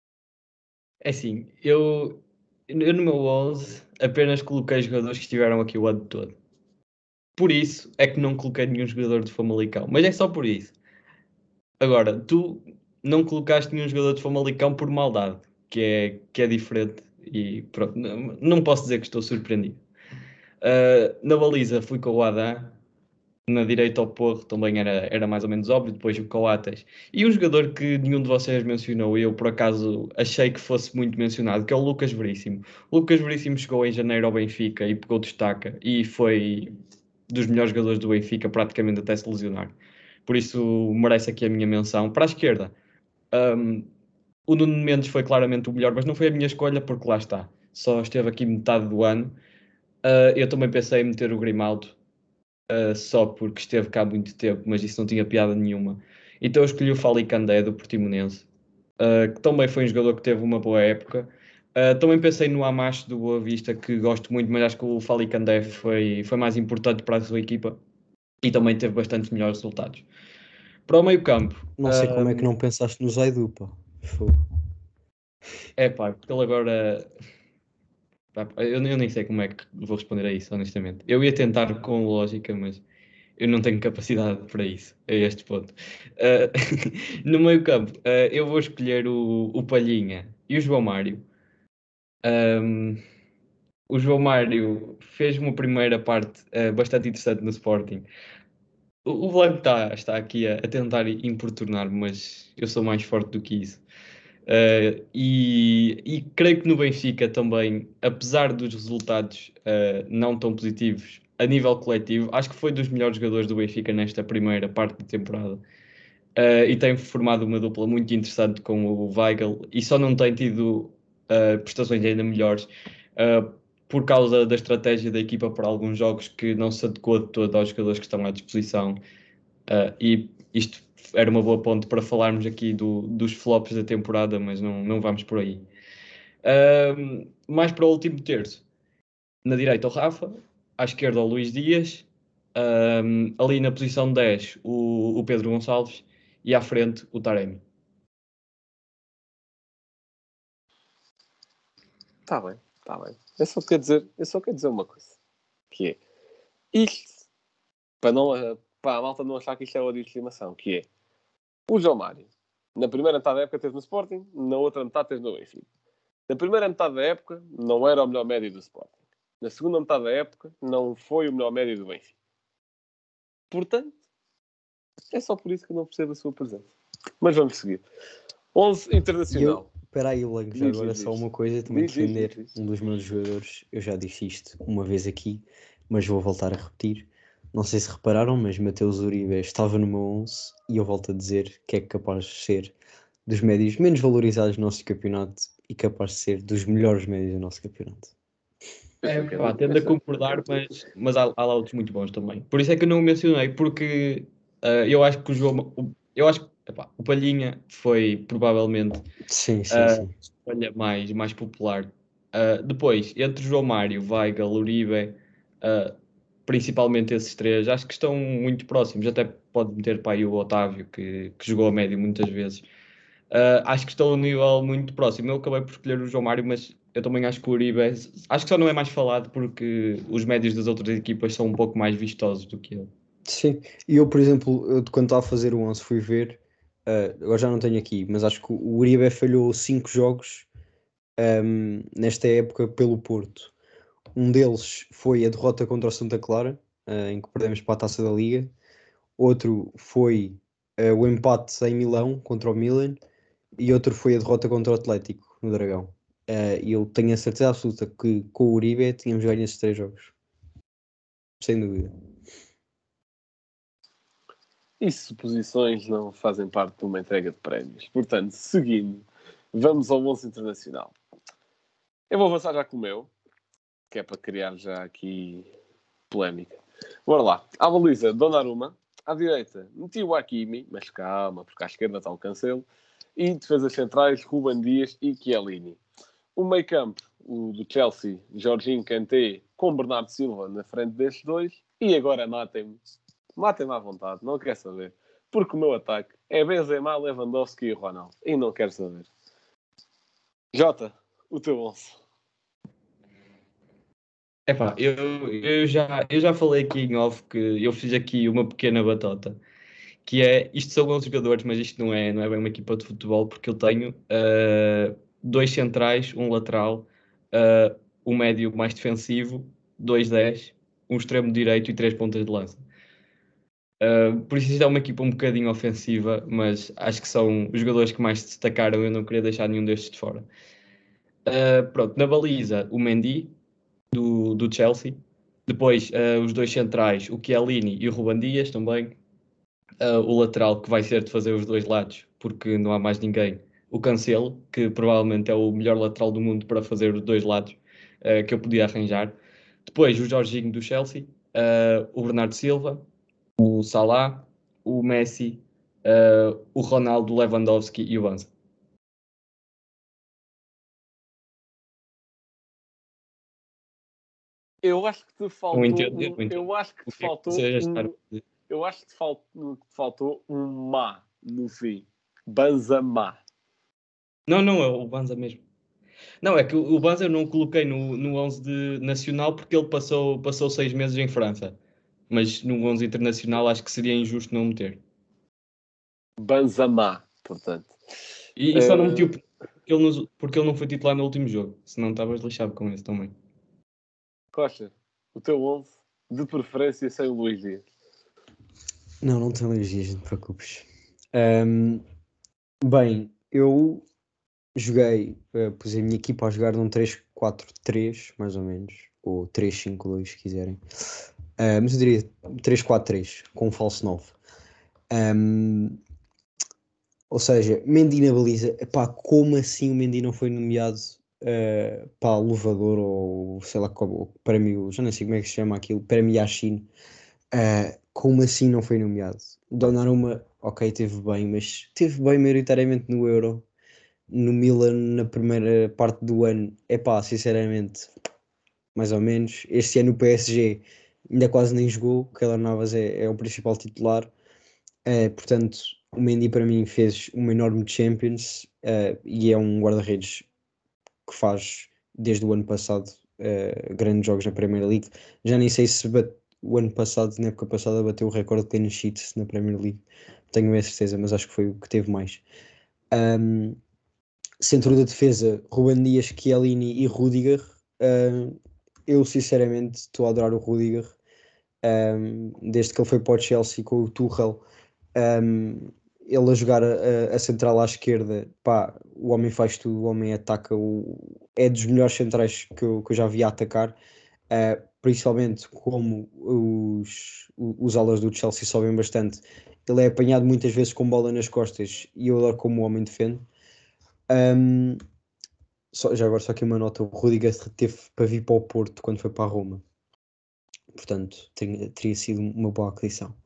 É assim, eu, eu no meu onze apenas coloquei jogadores que estiveram aqui o ano todo. Por isso é que não coloquei nenhum jogador de Famalicão. Mas é só por isso. Agora, tu não colocaste nenhum jogador de Famalicão por maldade, que é, que é diferente. E pronto, não, não posso dizer que estou surpreendido. Uh, na baliza fui com o Adam. Na direita ao Porro também era, era mais ou menos óbvio, depois o Coates. E um jogador que nenhum de vocês mencionou, e eu por acaso achei que fosse muito mencionado, que é o Lucas Veríssimo. O Lucas Veríssimo chegou em janeiro ao Benfica e pegou destaca, e foi dos melhores jogadores do Benfica, praticamente até se lesionar. Por isso merece aqui a minha menção. Para a esquerda, um, o Nuno Mendes foi claramente o melhor, mas não foi a minha escolha, porque lá está. Só esteve aqui metade do ano. Uh, eu também pensei em meter o Grimaldo, Uh, só porque esteve cá há muito tempo, mas isso não tinha piada nenhuma. Então eu escolhi o Fali Candé do Portimonense, uh, que também foi um jogador que teve uma boa época. Uh, também pensei no Amacho do Boa Vista, que gosto muito, mas acho que o Fali Candé foi, foi mais importante para a sua equipa e também teve bastantes melhores resultados. Para o meio campo, Não sei como é que um, não pensaste no Zaidu, pá. Fogo. é pá, porque ele agora. Pá, eu, eu nem sei como é que vou responder a isso, honestamente. Eu ia tentar com lógica, mas eu não tenho capacidade para isso, a este ponto. Uh, no meio campo, uh, eu vou escolher o, o Palhinha e o João Mário. Um, o João Mário fez uma primeira parte uh, bastante interessante no Sporting. O, o Blanco está, está aqui a, a tentar importunar-me, mas eu sou mais forte do que isso. Uh, e, e creio que no Benfica também, apesar dos resultados uh, não tão positivos a nível coletivo, acho que foi dos melhores jogadores do Benfica nesta primeira parte da temporada. uh, e tem formado uma dupla muito interessante com o Weigl e só não tem tido uh, prestações ainda melhores uh, por causa da estratégia da equipa para alguns jogos que não se adequou de todo aos jogadores que estão à disposição. Uh, e isto era uma boa ponte para falarmos aqui do, dos flops da temporada, mas não, não vamos por aí. Uh, mais para o último terço. Na direita o Rafa, à esquerda o Luís Dias, um, ali na posição dez o, o Pedro Gonçalves e à frente o Taremi. Está bem, está bem. Eu só quero dizer, eu só quero dizer uma coisa. Que é, isto, para, não, para a malta não achar que isto é ódio de estimação, que é, o João Mário, na primeira metade da época teve no Sporting, na outra metade teve no Benfica. Na primeira metade da época não era o melhor médio do Sporting. Na segunda metade da época não foi o melhor médio do Benfica. Portanto, é só por isso que eu não percebo a sua presença. Mas vamos seguir. onze internacional. Espera aí, Blanco, já Diz, agora diz, só diz. uma coisa, também Diz, diz, defender diz, diz. um dos meus jogadores. Eu já disse isto uma vez aqui, mas vou voltar a repetir. Não sei se repararam, mas Mateus Uribe estava no meu onze e eu volto a dizer que é capaz de ser dos médios menos valorizados do nosso campeonato e capaz de ser dos melhores médios do nosso campeonato. É, pá, tendo a concordar, mas, mas há, há lá outros muito bons também. Por isso é que eu não o mencionei, porque uh, eu acho que o João, o, eu acho que epá, o Palhinha foi provavelmente Sim, sim, a sim. escolha mais, mais popular. Uh, depois, entre João Mário, Weigl, Uribe, uh, principalmente esses três, acho que estão muito próximos. Até pode meter para aí o Otávio, que, que jogou a médio muitas vezes. Uh, acho que estão a um nível muito próximo. Eu acabei por escolher o João Mário, mas eu também acho que o Uribe é, acho que só não é mais falado porque os médios das outras equipas são um pouco mais vistosos do que ele. Sim, e eu, por exemplo, eu, quando estava a fazer o onze, fui ver, uh, agora já não tenho aqui, mas acho que o Uribe falhou cinco jogos um, nesta época pelo Porto. Um deles foi a derrota contra o Santa Clara, uh, em que perdemos para a Taça da Liga. Outro foi uh, o empate em Milão contra o Milan. E outro foi a derrota contra o Atlético, no Dragão. Uh, E eu tenho a certeza absoluta que com o Uribe tínhamos ganho esses três jogos. Sem dúvida. E suposições não fazem parte de uma entrega de prémios. Portanto, seguindo, vamos ao onze internacional. Eu vou avançar já com o meu, que é para criar já aqui polémica. Bora lá. À baliza, Donnarumma. À direita, meti o Hakimi, mas calma, porque à esquerda está o Cancelo. E defesas centrais, Ruben Dias e Chiellini. O meio campo, o do Chelsea, Jorginho Kanté, com Bernardo Silva na frente destes dois. E agora matem-me. Matem-me à vontade, não quero saber. Porque o meu ataque é Benzema, Lewandowski e Ronaldo. E não quero saber. Jota, o teu onze. Epá, eu, eu, já, eu já falei aqui em off que eu fiz aqui uma pequena batota, que é, isto são bons jogadores, mas isto não é, não é bem uma equipa de futebol, porque eu tenho uh, dois centrais, um lateral, uh, um médio mais defensivo, dois dez, um extremo direito e três pontas de lança. Uh, por isso isto é uma equipa um bocadinho ofensiva, mas acho que são os jogadores que mais se destacaram, eu não queria deixar nenhum destes de fora. Uh, pronto, na baliza, o Mendy, do, do Chelsea. Depois, uh, os dois centrais, o Chiellini e o Ruben Dias também. Uh, o lateral, que vai ser de fazer os dois lados, porque não há mais ninguém. O Cancelo, que provavelmente é o melhor lateral do mundo para fazer os dois lados uh, que eu podia arranjar. Depois, o Jorginho do Chelsea, uh, o Bernardo Silva, o Salah, o Messi, uh, o Ronaldo, o Lewandowski e o Banza. Eu acho que te faltou Não entendo, um, não entendo. eu acho que O te que é que faltou você já está a um, dizer? eu acho que te faltou, te faltou um má no fim. Banzama. Não, não, é o Banza mesmo. Não, é que o Banza eu não coloquei no, no onze de nacional porque ele passou, passou seis meses em França. Mas no onze internacional acho que seria injusto não meter. Banzama, portanto. E, e só não meti o Uh, porque ele, nos- porque ele não foi titular no último jogo. Senão estavas lixado com esse também. Costa, o teu onze, de preferência sem o Luís Dias. Não, não tenho alergias, não te preocupes. Ahm, bem, eu joguei, uh, pus a minha equipa a jogar num três quatro três, mais ou menos, ou três cinco dois, se quiserem. Uh, mas eu diria três quatro três, com um falso nove. Um, Ou seja, Mendy na baliza. Epá, como assim o Mendy não foi nomeado uh, para Luvador ou sei lá como, o prémio, já não sei como é que se chama aquilo, prémio Yashin. Uh, como assim não foi nomeado? Donnarumma, ok, teve bem, mas teve bem maioritariamente no Euro. No Milan, na primeira parte do ano, epá, sinceramente, mais ou menos. Este ano o P S G ainda quase nem jogou. O Keylor Navas é, é o principal titular. Uh, portanto, o Mendy para mim fez uma enorme Champions uh, e é um guarda-redes que faz desde o ano passado uh, grandes jogos na Premier League. Já nem sei se bate, o ano passado, na época passada, bateu o recorde de clean sheets na Premier League. Tenho a certeza, mas acho que foi o que teve mais. Um, centro da defesa, Ruben Dias, Chiellini e Rudiger. Uh, eu sinceramente estou a adorar o Rudiger. Um, desde que ele foi para o Chelsea com o Tuchel, um, ele a jogar a, a central à esquerda, pá, o homem faz tudo, o homem ataca, o, é dos melhores centrais que eu, que eu já vi a atacar, uh, principalmente como os, os alas do Chelsea sobem bastante. Ele é apanhado muitas vezes com bola nas costas e eu adoro como o homem defende. Um, só, já agora só aqui uma nota, o Rudiger teve para vir para o Porto quando foi para a Roma. Portanto, teria, teria sido uma boa aquisição.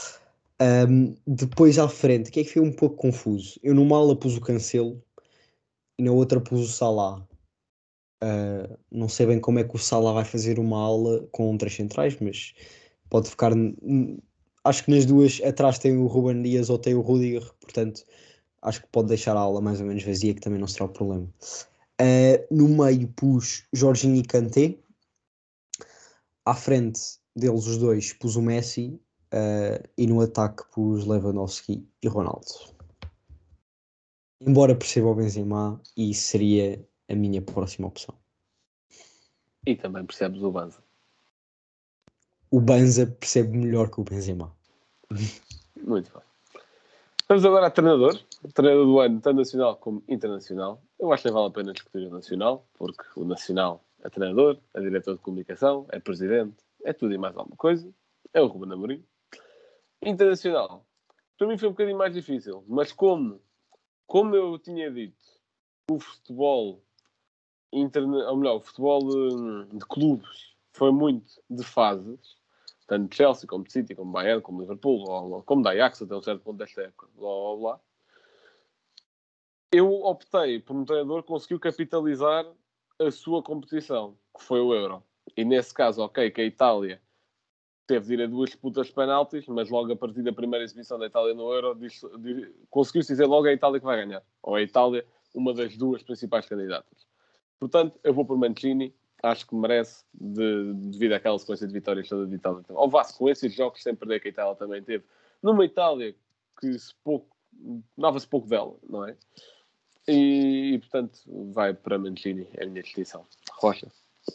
Um, depois à frente, o que é que foi um pouco confuso? Eu numa ala pus o Cancelo e na outra pus o Salah. Uh, não sei bem como é que o Salah vai fazer uma ala com três centrais, mas pode ficar. Acho que nas duas atrás tem o Ruben Dias ou tem o Rudiger, portanto acho que pode deixar a ala mais ou menos vazia, que também não será o problema. Uh, no meio pus Jorginho e Kanté. À frente deles os dois pus o Messi uh, e no ataque pus Lewandowski e Ronaldo. Embora perceba o Benzema, e seria a minha próxima opção. E também percebes o Banza. O Banza percebe melhor que o Benzema. Muito bem. Vamos agora a treinador. Treinador do ano, tanto nacional como internacional. Eu acho que vale a pena discutir o nacional, porque o nacional é treinador, é diretor de comunicação, é presidente, é tudo e mais alguma coisa. É o Ruben Amorim. Internacional. Para mim foi um bocadinho mais difícil, mas como, como eu tinha dito, o futebol, interna... ou melhor, o futebol de, de clubes foi muito de fases, tanto de Chelsea, como de City, como Bayern, como Liverpool, ou, como da Ajax até um certo ponto desta época, blá blá blá. Eu optei por um treinador que conseguiu capitalizar a sua competição, que foi o Euro. E nesse caso, ok, que a Itália teve de ir a duas disputas de penaltis, mas logo a partir da primeira exibição da Itália no Euro, conseguiu-se dizer logo a Itália que vai ganhar. Ou a Itália, uma das duas principais candidatas. Portanto, eu vou por Mancini. Acho que merece, de, devido àquela sequência de vitórias toda de Itália. Ao Vasco, com esses jogos sem perder que a Itália também teve. Numa Itália que se pouco, dava-se pouco dela, não é? E, e, portanto, vai para Mancini, é a minha distinção. Rocha.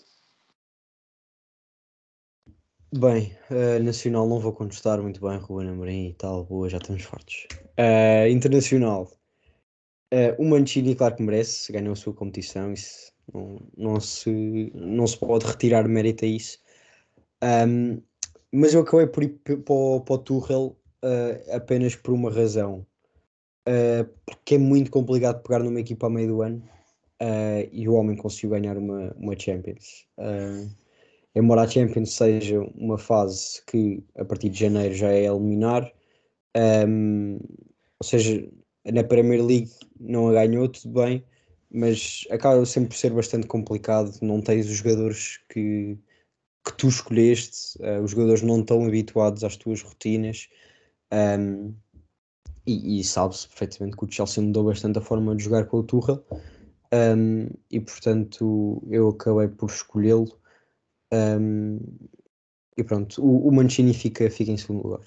Bem, uh, nacional não vou contestar muito bem, Ruben Amorim e tal, boa, já estamos fartos. Uh, internacional, uh, o Mancini, claro que merece, ganhou a sua competição, isso não, não, se, não se pode retirar mérito a isso. Um, mas eu acabei por ir para o, para o Tuchel uh, apenas por uma razão, uh, porque é muito complicado pegar numa equipa a meio do ano uh, e o homem conseguiu ganhar uma, uma Champions. Uh, embora a Champions seja uma fase que a partir de janeiro já é eliminar, um, ou seja, na Premier League não a ganhou, tudo bem, mas acaba sempre por ser bastante complicado, não tens os jogadores que, que tu escolheste, uh, os jogadores não estão habituados às tuas rotinas, um, e, e sabe-se perfeitamente que o Chelsea mudou bastante a forma de jogar com o Tuchel, um, e portanto eu acabei por escolhê-lo. Um, e pronto, o, o Mancini fica, fica em segundo lugar.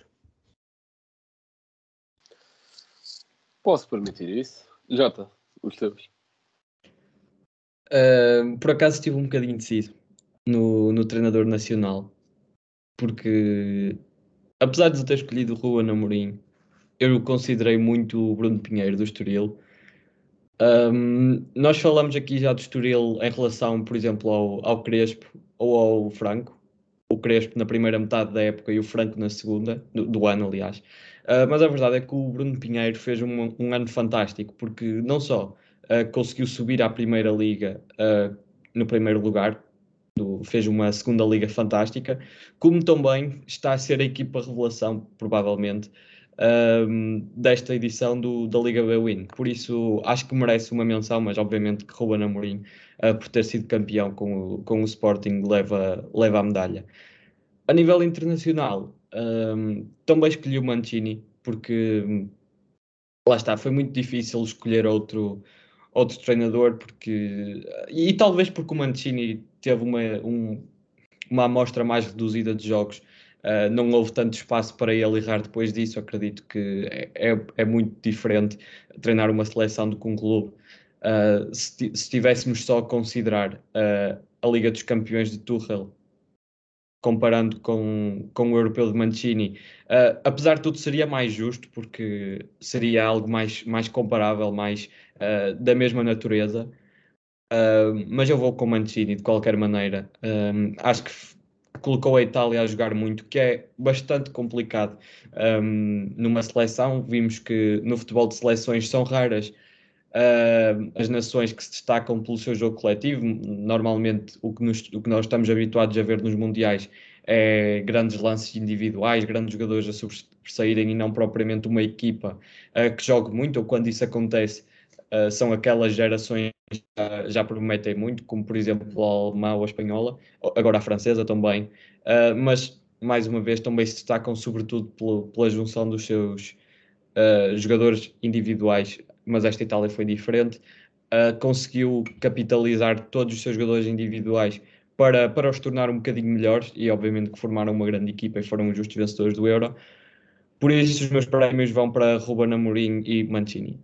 Posso permitir isso? Jota, os teus. Uh, por acaso estive um bocadinho indeciso no, no treinador nacional, porque apesar de eu ter escolhido o Ruben Amorim, eu considerei muito o Bruno Pinheiro do Estoril. Um, nós falamos aqui já do Estoril em relação, por exemplo, ao, ao Crespo ou ao Franco. O Crespo na primeira metade da época e o Franco na segunda, do, do ano, aliás. Uh, mas a verdade é que o Bruno Pinheiro fez um, um ano fantástico, porque não só uh, conseguiu subir à Primeira Liga uh, no primeiro lugar, do, fez uma segunda liga fantástica, como também está a ser a equipa revelação, provavelmente, um, desta edição do, da Liga B-Win. Por isso, acho que merece uma menção, mas obviamente que Ruben Amorim, uh, por ter sido campeão com o, com o Sporting, leva, leva a medalha. A nível internacional, um, também escolhi o Mancini, porque lá está, foi muito difícil escolher outro, outro treinador, porque, e, e talvez porque o Mancini teve uma, um, uma amostra mais reduzida de jogos, uh, não houve tanto espaço para ele errar depois disso. Acredito que é, é, é muito diferente treinar uma seleção do que um clube. Uh, se, se tivéssemos só a considerar uh, a Liga dos Campeões de Tuchel, comparando com, com o europeu de Mancini, uh, apesar de tudo seria mais justo, porque seria algo mais, mais comparável, mais uh, da mesma natureza. Uh, mas eu vou com Mancini de qualquer maneira. Um, acho que f- colocou a Itália a jogar muito, que é bastante complicado um, numa seleção. Vimos que no futebol de seleções são raras uh, as nações que se destacam pelo seu jogo coletivo. Normalmente o que, nos, o que nós estamos habituados a ver nos mundiais é grandes lances individuais, grandes jogadores a sobressaírem e não propriamente uma equipa uh, que jogue muito, ou quando isso acontece, uh, são aquelas gerações que já, já prometem muito, como por exemplo a alemã ou a espanhola, agora a francesa também, uh, mas mais uma vez também se destacam sobretudo pelo, pela junção dos seus uh, jogadores individuais, mas esta Itália foi diferente. Uh, conseguiu capitalizar todos os seus jogadores individuais para, para os tornar um bocadinho melhores, e obviamente que formaram uma grande equipa e foram os justos vencedores do Euro. Por isso os meus prémios vão para Ruben Amorim e Mancini.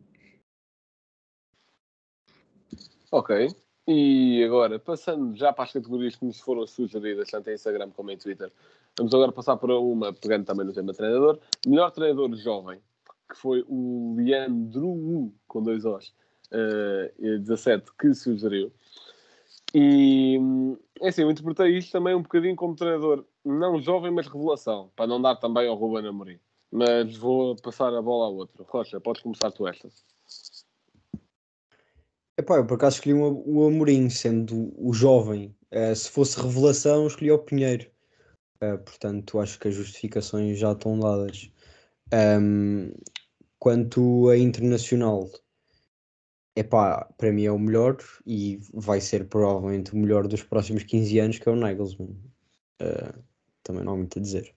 Ok. E agora, passando já para as categorias que nos foram sugeridas, tanto em Instagram como em Twitter, vamos agora passar para uma, pegando também no tema treinador. Melhor treinador jovem, que foi o Leandro, com dois Os, uh, dezassete, que sugeriu. E, é assim, eu interpretei isto também um bocadinho como treinador, não jovem, mas revelação, para não dar também ao Ruben Amorim. Mas vou passar a bola a outro. Rocha, podes começar tu esta. Epá, eu por acaso escolhi o, o Amorim, sendo o jovem. Eh, se fosse revelação, escolhi o Pinheiro. Eh, portanto, acho que as justificações já estão dadas. Ahm, quanto a internacional, epá, para mim é o melhor e vai ser provavelmente o melhor dos próximos quinze anos, que é o Nagelsmann. Eh, também não há muito a dizer.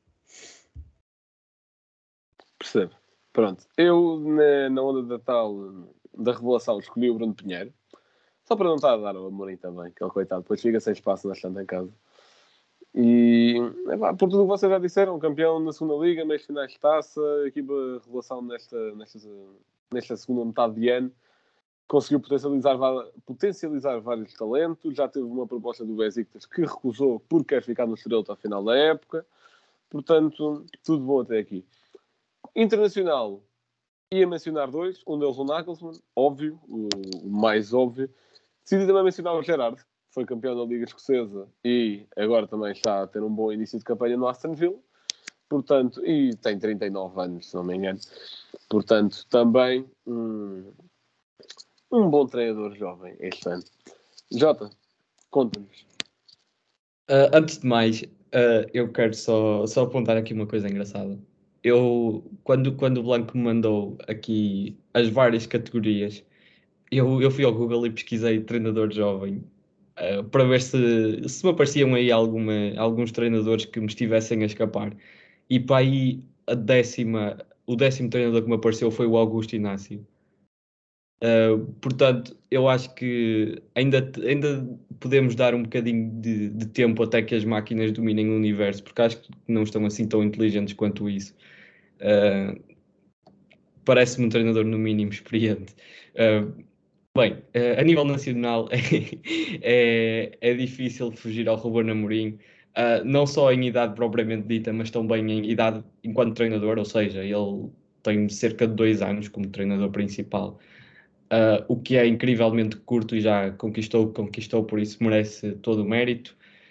Percebo. Pronto. Eu, na, na onda da tal, da revelação, escolhi o Bruno Pinheiro. Só para não estar a dar ao Amorim também, que é o coitado. Depois fica sem espaço na estante em casa. E, epá, por tudo o que vocês já disseram, campeão na segunda liga, meios finais de taça, equipa revelação nesta, nesta, nesta segunda metade de ano. Conseguiu potencializar, potencializar vários talentos. Já teve uma proposta do Besiktas que recusou porque quer ficar no Estrela até ao final da época. Portanto, tudo bom até aqui. Internacional, ia mencionar dois. Um deles o Nagelsmann, óbvio, o, o mais óbvio. Decidi também mencionar o Gerrard, que foi campeão da Liga Escocesa e agora também está a ter um bom início de campanha no Aston Villa. Portanto, e tem trinta e nove anos, se não me engano. Portanto, também um, um bom treinador jovem este ano. Jota, conta-nos. Uh, antes de mais, uh, eu quero só, só apontar aqui uma coisa engraçada. Eu, quando, quando o Blanco me mandou aqui as várias categorias, eu, eu fui ao Google e pesquisei treinador jovem, uh, para ver se, se me apareciam aí alguma, alguns treinadores que me estivessem a escapar. E para aí a décima, o décimo treinador que me apareceu foi o Augusto Inácio. Uh, portanto, eu acho que ainda, ainda podemos dar um bocadinho de, de tempo até que as máquinas dominem o universo, porque acho que não estão assim tão inteligentes quanto isso. Uh, Parece-me um treinador, no mínimo, experiente. Uh, bem, uh, a nível nacional é, é difícil fugir ao Ruben Amorim, uh, não só em idade propriamente dita, mas também em idade enquanto treinador, ou seja, ele tem cerca de dois anos como treinador principal. Uh, o que é incrivelmente curto e já conquistou o que conquistou, por isso merece todo o mérito.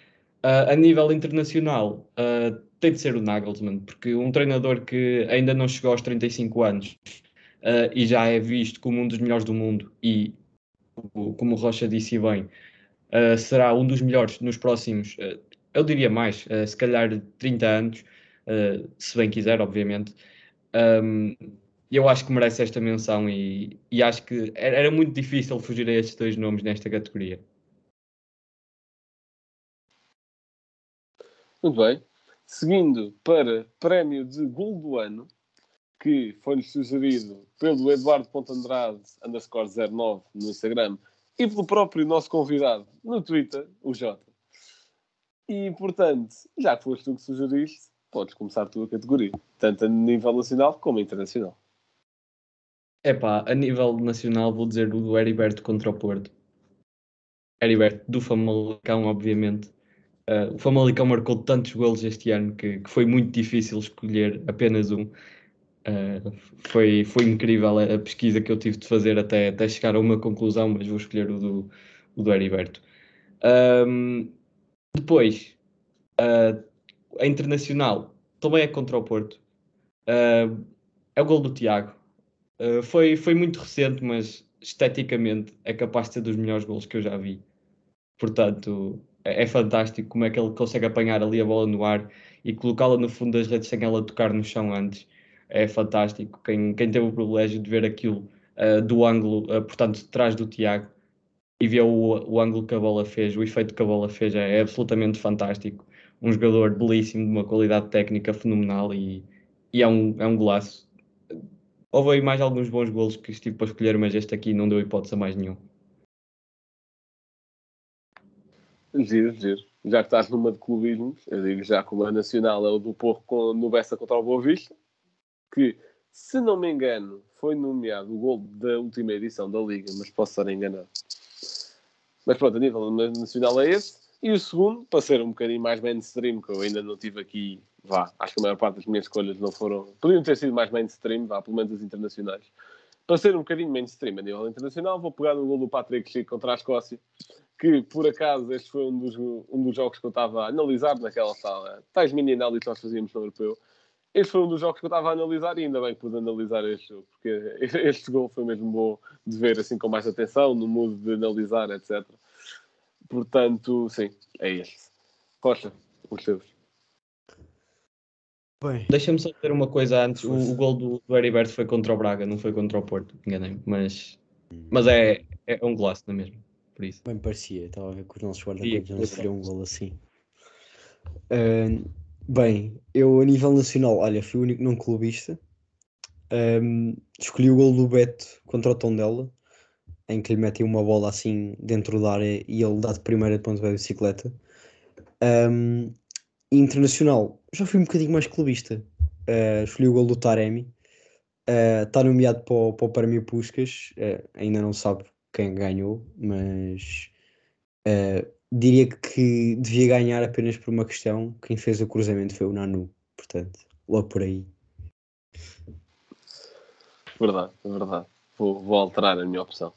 Uh, a nível internacional, uh, tem de ser o Nagelsmann, porque um treinador que ainda não chegou aos trinta e cinco anos uh, e já é visto como um dos melhores do mundo e, como o Rocha disse bem, uh, será um dos melhores nos próximos, uh, eu diria mais, uh, se calhar trinta anos, uh, se bem quiser, obviamente. Um, eu acho que merece esta menção e, e acho que era, era muito difícil fugir a estes dois nomes nesta categoria. Muito bem. Seguindo para prémio de gol do ano, que foi-lhes sugerido pelo Eduardo Pontandrade, underscore zero nove no Instagram, e pelo próprio nosso convidado no Twitter, o Jota. E, portanto, já que foste tu que sugeriste, podes começar a tua categoria, tanto a nível nacional como internacional. Epá, a nível nacional vou dizer o do Heriberto contra o Porto. Heriberto, do Famalicão, obviamente. Uh, o Famalicão marcou tantos golos este ano que, que foi muito difícil escolher apenas um. Uh, foi, foi incrível a, a pesquisa que eu tive de fazer até, até chegar a uma conclusão, mas vou escolher o do, o do Heriberto. Um, depois, uh, a internacional também é contra o Porto. Uh, é o gol do Tiago. Uh, foi, foi muito recente, mas esteticamente é capaz de ser dos melhores golos que eu já vi. Portanto, é, é fantástico como é que ele consegue apanhar ali a bola no ar e colocá-la no fundo das redes sem ela tocar no chão antes. É fantástico. Quem, quem teve o privilégio de ver aquilo uh, do ângulo, uh, portanto, de trás do Tiago, e ver o, o ângulo que a bola fez, o efeito que a bola fez, é, é absolutamente fantástico. Um jogador belíssimo, de uma qualidade técnica fenomenal e, e é, um, é um golaço. Houve aí mais alguns bons golos que estive para escolher, mas este aqui não deu hipótese a mais nenhum. Giro, giro. Já que estás numa de clubismos, eu digo já como a nacional é o do Porro com, no Bessa contra o Boa Vista, que, se não me engano, foi nomeado o gol da última edição da Liga, mas posso estar enganado. Mas pronto, a nível nacional é esse. E o segundo, para ser um bocadinho mais mainstream, que eu ainda não tive aqui, vá, acho que a maior parte das minhas escolhas não foram... Podiam ter sido mais mainstream, vá, pelo menos as internacionais. Para ser um bocadinho mainstream a nível internacional, vou pegar no gol do Patrick Schick contra a Escócia, que, por acaso, este foi um dos, um dos jogos que eu estava a analisar naquela sala. Tais mini-análises que nós fazíamos no Europeu. Este foi um dos jogos que eu estava a analisar e ainda bem que pude analisar este jogo, porque este gol foi mesmo bom de ver assim com mais atenção, no modo de analisar, etcétera. Portanto, sim, é este. Rocha, os seus. Bem, Deixa-me só dizer uma coisa antes. O, o gol do, do Heriberto foi contra o Braga, não foi contra o Porto, enganei-me. Mas, mas é, é um golaço, não é mesmo? Por isso. bem parecia, estava a ver que os nossos E- guarda-redes não sofriam um gol assim. Ahm, bem, eu a nível nacional, olha, fui o único não clubista. Ahm, escolhi o gol do Beto contra o Tondela, em que lhe metem uma bola assim dentro da área e ele dá de primeira de pontapé de bicicleta. Ahm, internacional, já fui um bocadinho mais clubista. Ah, escolhi o gol do Taremi. Está nomeado para o, para o Prémio Puskás. Ah, ainda não sabe quem ganhou, mas ah, diria que devia ganhar apenas por uma questão. Quem fez o cruzamento foi o Nanu. Portanto, logo por aí. Verdade, verdade. Vou, vou alterar a minha opção.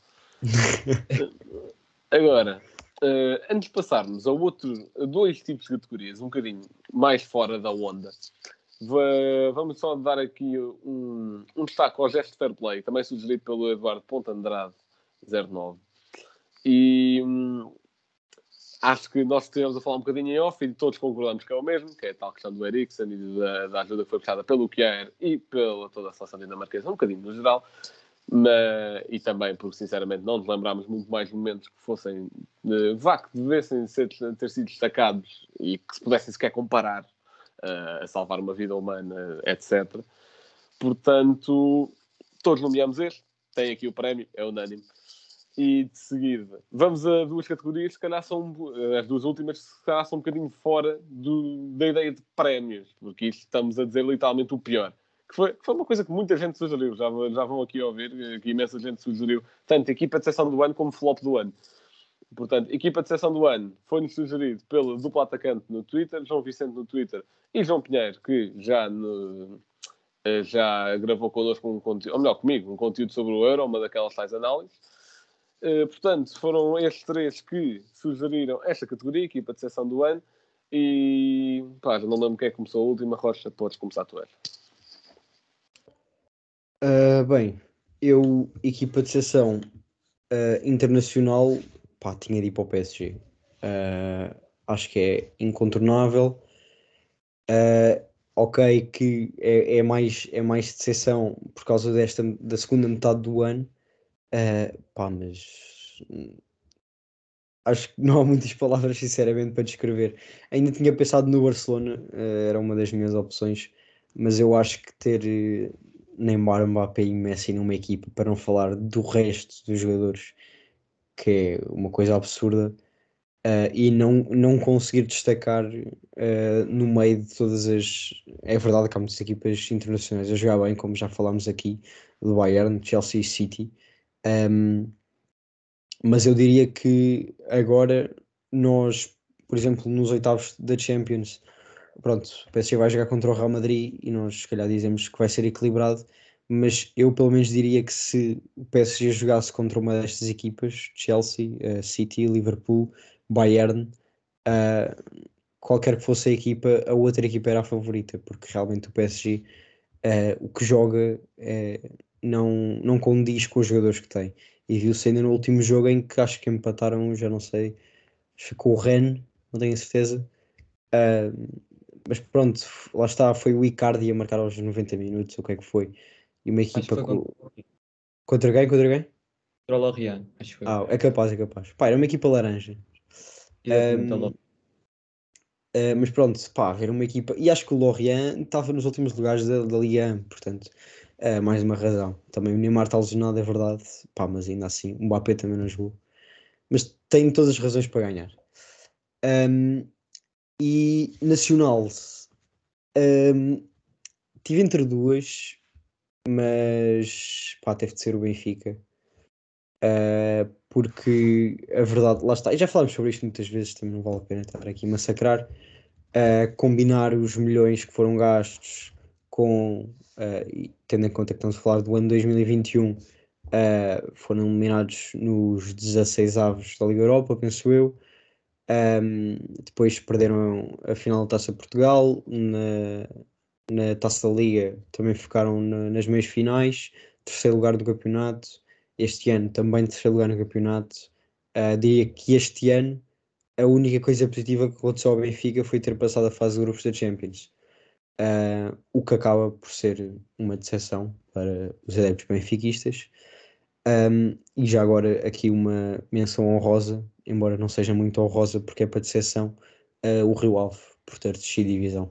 Agora, uh, antes de passarmos a outro, a dois tipos de categorias, um bocadinho mais fora da onda, va- vamos só dar aqui um, um destaque ao gesto de fair play, também sugerido pelo Eduardo Pontandrade, zero nove. E hum, acho que nós estivemos a falar um bocadinho em off e todos concordamos que é o mesmo, que é a tal questão do Eriksen e da, da ajuda que foi prestada pelo Kjaer e pela toda a seleção dinamarquesa, um bocadinho no geral. Mas, e também porque sinceramente não nos lembrámos muito mais momentos que fossem de, vá, que devessem ser, ter sido destacados e que se pudessem sequer comparar uh, a salvar uma vida humana, etcétera. Portanto, todos nomeamos este, tem aqui o prémio, é unânime. E de seguida, vamos a duas categorias, se calhar são as duas últimas, se calhar são um bocadinho fora do, da ideia de prémios, porque isto estamos a dizer literalmente o pior. Que foi, que foi uma coisa que muita gente sugeriu, já, já vão aqui ouvir, que imensa gente sugeriu, tanto equipa de sessão do ano como flop do ano. Portanto, equipa de sessão do ano foi-nos sugerido pela dupla atacante no Twitter, João Vicente no Twitter e João Pinheiro, que já, no, já gravou connosco um conteúdo, ou melhor, comigo, um conteúdo sobre o Euro, uma daquelas tais análises. Uh, portanto, foram estes três que sugeriram esta categoria, equipa de sessão do ano. E pá, já não lembro quem é que começou a última. Rocha, podes começar tu. Uh, bem, eu, equipa de seleção uh, internacional, pá, tinha de ir para o P S G. Uh, acho que é incontornável. Uh, ok, que é, é, mais, é mais decepção por causa desta, da segunda metade do ano. Uh, pá, mas hum, acho que não há muitas palavras, sinceramente, para descrever. Ainda tinha pensado no Barcelona, uh, era uma das minhas opções, mas eu acho que ter uh, Neymar, Mbappé e Messi numa equipa, para não falar do resto dos jogadores, que é uma coisa absurda, uh, e não, não conseguir destacar uh, no meio de todas as. É verdade que há muitas equipas internacionais a jogar bem, como já falámos aqui, do Bayern, Chelsea e City. Um, mas eu diria que agora nós, por exemplo, nos oitavos da Champions, pronto, o P S G vai jogar contra o Real Madrid e nós se calhar dizemos que vai ser equilibrado, mas eu pelo menos diria que se o P S G jogasse contra uma destas equipas, Chelsea, uh, City, Liverpool, Bayern, uh, qualquer que fosse a equipa, a outra equipa era a favorita, porque realmente o P S G, uh, o que joga, uh, não, não condiz com os jogadores que tem. E viu-se ainda no último jogo em que acho que empataram, já não sei, ficou o Rennes, não tenho a certeza. Uh, mas pronto, lá está, foi o Icardi a marcar aos noventa minutos, o que é que foi? E uma Acho que equipa foi co- contra, contra quem? Contra quem? contra o Lorient, acho que foi. Ah, é capaz, é capaz. Pá, era uma equipa laranja. Exatamente, a Um, Lorient. uh, mas pronto, pá, ver uma equipa. E acho que o Lorient estava nos últimos lugares da, da Liga um, portanto, uh, mais uma razão. Também o Neymar está lesionado, é verdade, pá, mas ainda assim, o Mbappé também não jogou. Mas tem todas as razões para ganhar. Um, e Nacional, um, tive entre duas, mas pá, teve de ser o Benfica. Uh, porque a verdade, lá está, e já falámos sobre isto muitas vezes, também não vale a pena estar aqui a massacrar. Uh, combinar os milhões que foram gastos com, uh, e tendo em conta que estamos a falar do ano dois mil e vinte e um, uh, foram eliminados nos dezasseis avos da Liga Europa, penso eu. Um, depois perderam a final da Taça Portugal, na, na Taça da Liga também ficaram na- nas meias finais, terceiro lugar do campeonato. Este ano também terceiro lugar no campeonato. Uh, diria que este ano a única coisa positiva que aconteceu ao Benfica foi ter passado a fase de grupos da Champions. Uh, o que acaba por ser uma decepção para os adeptos benfiquistas. Um, e já agora aqui uma menção honrosa, embora não seja muito honrosa porque é para decepção, uh, o Rio Ave por ter descido divisão.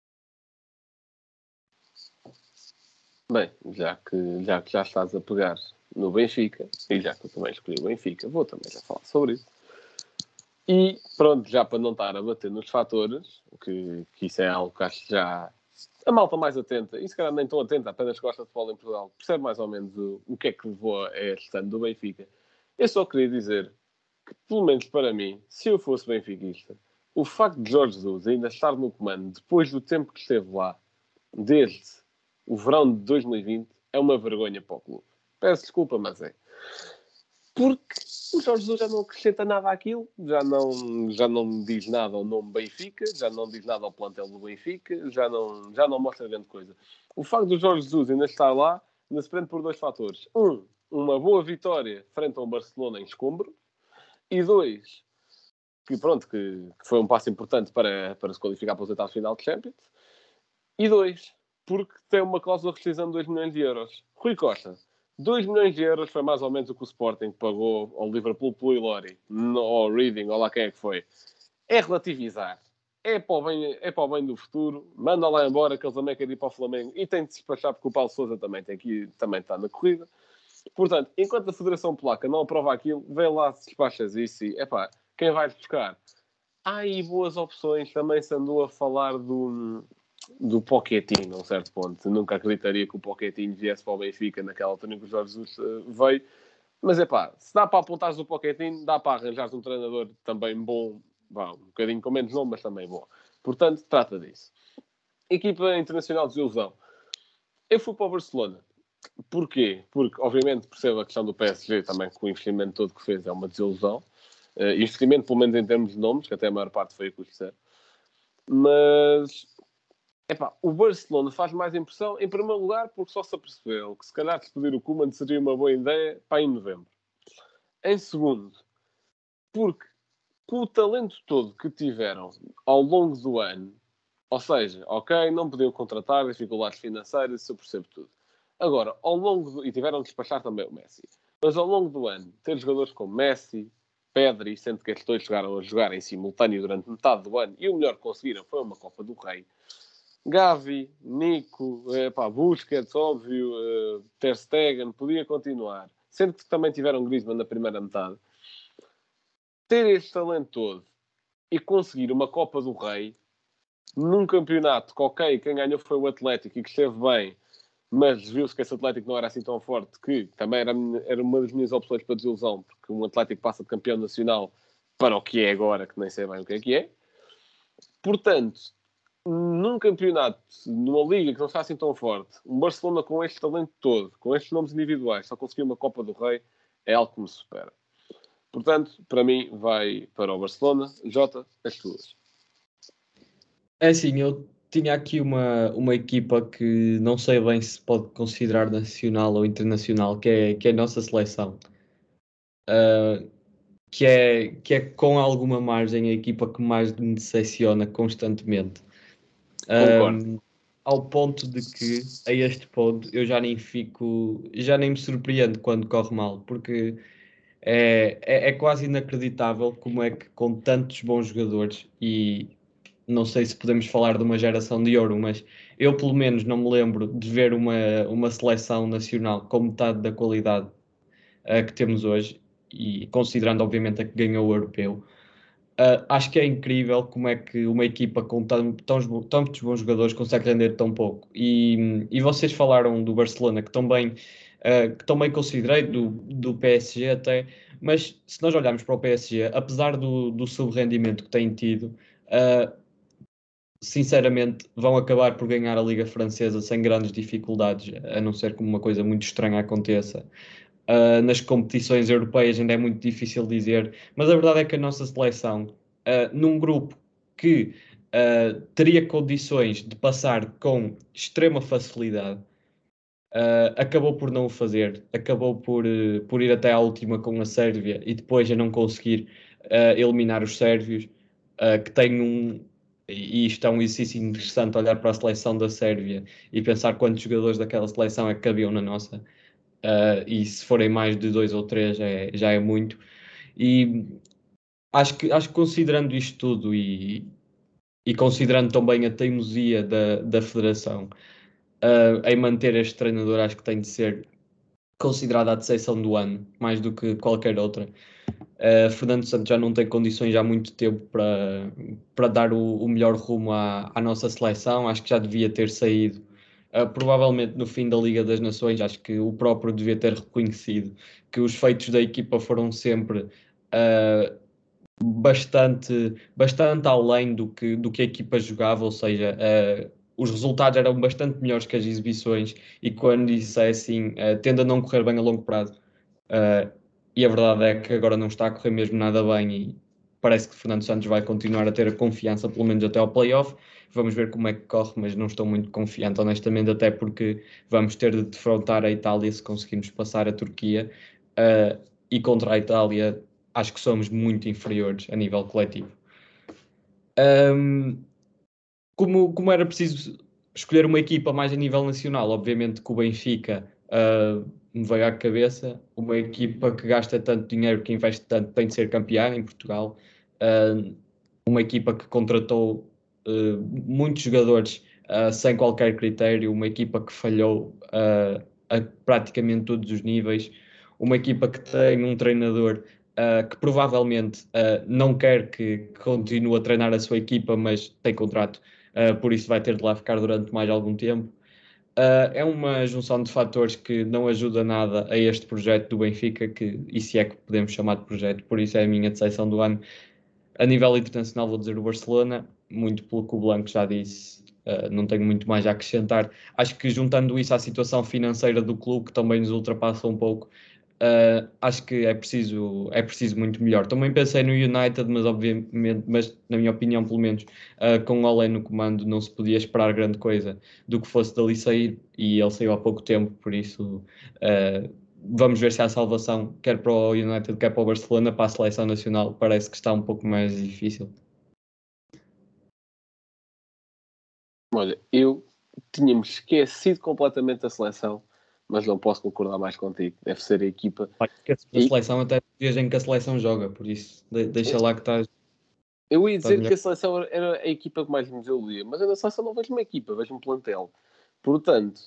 Bem, já que, já que já estás a pegar no Benfica, e já que eu também escolhi o Benfica, vou também já falar sobre isso. E pronto, já para não estar a bater nos fatores, que, que isso é algo que acho que já a malta mais atenta, e se calhar nem tão atenta, apenas gosta de futebol em Portugal, percebe mais ou menos o, o que é que levou a este ano do Benfica. Eu só queria dizer que, pelo menos para mim, se eu fosse benfiquista, o facto de Jorge Jesus ainda estar no comando depois do tempo que esteve lá, desde o verão de dois mil e vinte, é uma vergonha para o clube. Peço desculpa, mas é. Porque o Jorge Jesus já não acrescenta nada àquilo, já não, já não diz nada ao nome Benfica, já não diz nada ao plantel do Benfica, já não, já não mostra grande coisa. O facto do Jorge Jesus ainda estar lá ainda se prende por dois fatores. Um, uma boa vitória frente ao Barcelona em escombro. E dois, que pronto, que, que foi um passo importante para, para se qualificar para os oitavos de final de Champions. E dois, porque tem uma cláusula de rescisão de dois milhões de euros. Rui Costa, dois milhões de euros foi mais ou menos o que o Sporting pagou ao Liverpool pelo Ilori, ao Reading, ou lá quem é que foi. É relativizar. É para, o bem, é para o bem do futuro. Manda lá embora, que eles também querem ir para o Flamengo. E tem de se despachar, porque o Paulo Sousa também, tem que ir, também está na corrida. Portanto, enquanto a Federação Polaca não aprova aquilo, vem lá, se despachas isso e, epá, quem vai buscar? Há aí boas opções. Também se andou a falar do, do Pochettino, a um certo ponto. Nunca acreditaria que o Pochettino viesse para o Benfica naquela altura em que o Jorge Jesus uh, veio. Mas, é pá, se dá para apontares o Pochettino, dá para arranjares um treinador também bom, vá, um bocadinho com menos nome, mas também bom. Portanto, trata disso. Equipa Internacional de Desilusão. Eu fui para o Barcelona. Porquê? Porque, obviamente, percebo a questão do P S G também, que o investimento todo que fez é uma desilusão. Uh, investimento, pelo menos em termos de nomes, que até a maior parte foi o que disseram. Mas epá, o Barcelona faz mais impressão, em primeiro lugar, porque só se apercebeu que se calhar despedir o Koeman seria uma boa ideia para em novembro. Em segundo, porque com o talento todo que tiveram ao longo do ano, ou seja, ok, não podiam contratar, dificuldades financeiras, isso eu percebo tudo. Agora, ao longo do... e tiveram de despachar também o Messi. Mas ao longo do ano, ter jogadores como Messi, Pedri, sendo que estes dois chegaram a jogar em simultâneo durante metade do ano, e o melhor que conseguiram foi uma Copa do Rei. Gavi, Nico, eh, pá, Busquets, óbvio, eh, Ter Stegen, podia continuar. Sendo que também tiveram Griezmann na primeira metade. Ter este talento todo e conseguir uma Copa do Rei num campeonato que, ok, quem ganhou foi o Atlético e que esteve bem, mas viu-se que esse Atlético não era assim tão forte, que também era, era uma das minhas opções para desilusão, porque um Atlético passa de campeão nacional para o que é agora, que nem sei bem o que é que é. Portanto, num campeonato, numa liga que não está assim tão forte, um Barcelona com este talento todo, com estes nomes individuais, só conseguir uma Copa do Rei, é algo que me supera. Portanto, para mim, vai para o Barcelona. Jota, as tuas. É assim, eu tinha aqui uma, uma equipa que não sei bem se pode considerar nacional ou internacional, que é, que é a nossa seleção. Uh, que, é, que é com alguma margem a equipa que mais me decepciona constantemente. Concordo. Um, ao ponto de que, a este ponto, eu já nem fico, já nem me surpreendo quando corre mal, porque é, é, é quase inacreditável como é que com tantos bons jogadores, e não sei se podemos falar de uma geração de ouro, mas eu pelo menos não me lembro de ver uma, uma seleção nacional com metade da qualidade uh, que temos hoje, e considerando obviamente a que ganhou o europeu. Uh, acho que é incrível como é que uma equipa com tão, tão, tantos bons jogadores consegue render tão pouco. E, e vocês falaram do Barcelona, que também, uh, que também considerei, do, do P S G até, mas se nós olharmos para o P S G, apesar do, do subrendimento que têm tido, uh, sinceramente vão acabar por ganhar a Liga Francesa sem grandes dificuldades, a não ser que uma coisa muito estranha aconteça. Uh, nas competições europeias ainda é muito difícil dizer, mas a verdade é que a nossa seleção, uh, num grupo que uh, teria condições de passar com extrema facilidade, uh, acabou por não o fazer, acabou por, uh, por ir até à última com a Sérvia e depois a não conseguir uh, eliminar os sérvios, uh, que tem um. E isto é um exercício interessante, olhar para a seleção da Sérvia e pensar quantos jogadores daquela seleção é que cabiam na nossa. Uh, e se forem mais de dois ou três é, já é muito. E acho que, acho que considerando isto tudo e, e considerando também a teimosia da, da Federação uh, em manter este treinador, acho que tem de ser considerada a decepção do ano, mais do que qualquer outra. Uh, Fernando Santos já não tem condições há muito tempo para, para dar o, o melhor rumo à, à nossa seleção. Acho que já devia ter saído. Uh, provavelmente no fim da Liga das Nações, acho que o próprio devia ter reconhecido que os feitos da equipa foram sempre uh, bastante, bastante além do que, do que a equipa jogava, ou seja, uh, os resultados eram bastante melhores que as exibições, e quando isso é assim, uh, tende a não correr bem a longo prazo. Uh, e a verdade é que agora não está a correr mesmo nada bem, e parece que Fernando Santos vai continuar a ter a confiança, pelo menos até ao play-off. Vamos ver como é que corre, mas não estou muito confiante, honestamente, até porque vamos ter de defrontar a Itália se conseguirmos passar a Turquia. Uh, e contra a Itália, acho que somos muito inferiores a nível coletivo. Um, como, como era preciso escolher uma equipa mais a nível nacional, obviamente que o Benfica uh, me veio à cabeça. Uma equipa que gasta tanto dinheiro, que investe tanto, tem de ser campeã em Portugal. Uh, uma equipa que contratou uh, muitos jogadores uh, sem qualquer critério, uma equipa que falhou uh, a praticamente todos os níveis, uma equipa que tem um treinador uh, que provavelmente uh, não quer que, que continue a treinar a sua equipa, mas tem contrato, uh, por isso vai ter de lá ficar durante mais algum tempo. Uh, é uma junção de fatores que não ajuda nada a este projeto do Benfica, que, e se é que podemos chamar de projeto, por isso é a minha decepção do ano. A nível internacional vou dizer o Barcelona, muito pelo que o Blanco já disse, uh, não tenho muito mais a acrescentar. Acho que juntando isso à situação financeira do clube, que também nos ultrapassa um pouco, Uh, acho que é preciso, é preciso muito melhor. Também pensei no United, mas obviamente, mas na minha opinião, pelo menos, uh, com o Ole no comando, não se podia esperar grande coisa do que fosse dali sair, e ele saiu há pouco tempo, por isso uh, vamos ver se há salvação, quer para o United, quer para o Barcelona. Para a seleção nacional parece que está um pouco mais difícil. Olha, eu tínhamos esquecido completamente da seleção, mas não posso concordar mais contigo. Deve ser a equipa. A E- seleção até dias em que a seleção joga, por isso de- deixa lá que estás. Eu ia Estás dizer melhor. que a seleção era a equipa que mais me desiludia, mas eu na seleção não vejo uma equipa, vejo um plantel. Portanto,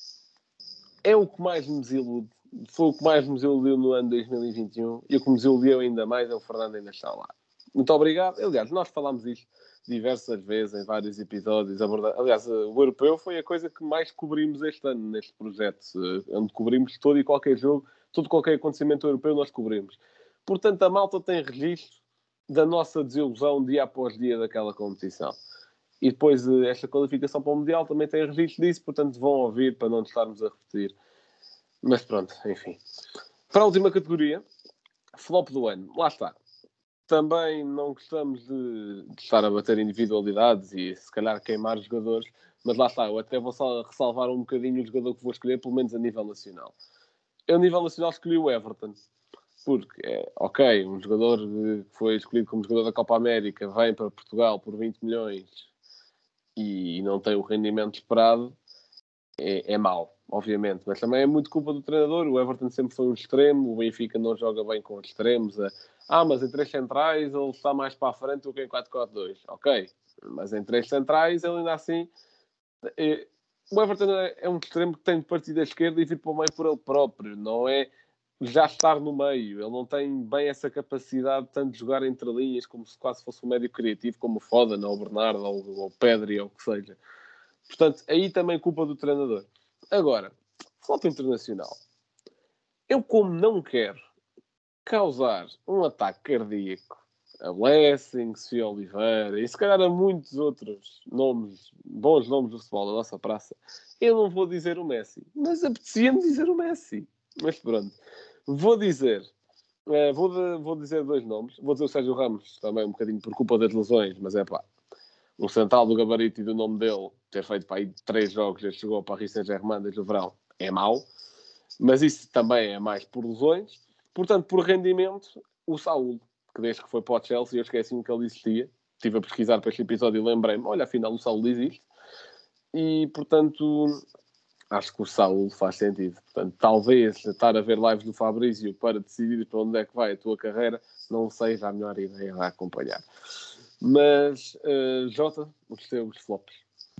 é o que mais me desilude. Foi o que mais me desiludiu no ano dois mil e vinte e um, e o que me desiludiu ainda mais é o Fernando ainda estar lá. Muito obrigado. Aliás, nós falámos isto diversas vezes em vários episódios. Aborda... Aliás, o europeu foi a coisa que mais cobrimos este ano neste projeto, onde cobrimos todo e qualquer jogo, todo qualquer acontecimento europeu nós cobrimos. Portanto, a malta tem registro da nossa desilusão dia após dia daquela competição. E depois esta qualificação para o Mundial também tem registro disso, portanto vão ouvir para não estarmos a repetir. Mas pronto, enfim. Para a última categoria, flop do ano. Lá está. Também não gostamos de, de estar a bater individualidades e se calhar queimar jogadores, mas lá está. Eu até vou só ressalvar um bocadinho o jogador que vou escolher, pelo menos a nível nacional. Eu, a nível nacional, escolhi o Everton. Porque, é, ok, um jogador que foi escolhido como jogador da Copa América vem para Portugal por vinte milhões e não tem o rendimento esperado, é, é mau, obviamente. Mas também é muito culpa do treinador. O Everton sempre foi um extremo, o Benfica não joga bem com extremos. Ah, mas em três centrais ele está mais para a frente do que em quatro quatro dois. Ok, mas em três centrais ele ainda assim... É, o Everton é um extremo que tem de partir da esquerda e vir para o meio por ele próprio, não é já estar no meio. Ele não tem bem essa capacidade tanto de jogar entre linhas como se quase fosse um médio criativo como o Foden, ou o Bernardo, ou, ou o Pedri, ou o que seja. Portanto, aí também culpa do treinador. Agora, flop internacional. Eu, como não quero causar um ataque cardíaco a Blessing, Sofia Oliveira e se calhar a muitos outros nomes, bons nomes do futebol da nossa praça, eu não vou dizer o Messi. Mas apetecia-me dizer o Messi. Mas pronto. Vou dizer... Uh, vou, de, vou dizer dois nomes. Vou dizer o Sérgio Ramos, também um bocadinho por culpa das lesões, mas é pá, um central do gabarito e do nome dele, ter feito para aí três jogos, ele chegou para a Paris Saint-Germain desde o verão, é mau. Mas isso também é mais por lesões. Portanto, por rendimento, o Saúl, que desde que foi para o Chelsea, eu esqueci-me que ele existia. Estive a pesquisar para este episódio e lembrei-me, olha, afinal o Saúl existe. E, portanto... acho que o Saúl faz sentido. Portanto, talvez estar a ver lives do Fabrício para decidir para onde é que vai a tua carreira não seja a melhor ideia a acompanhar. Mas, uh, Jota, os teus flops.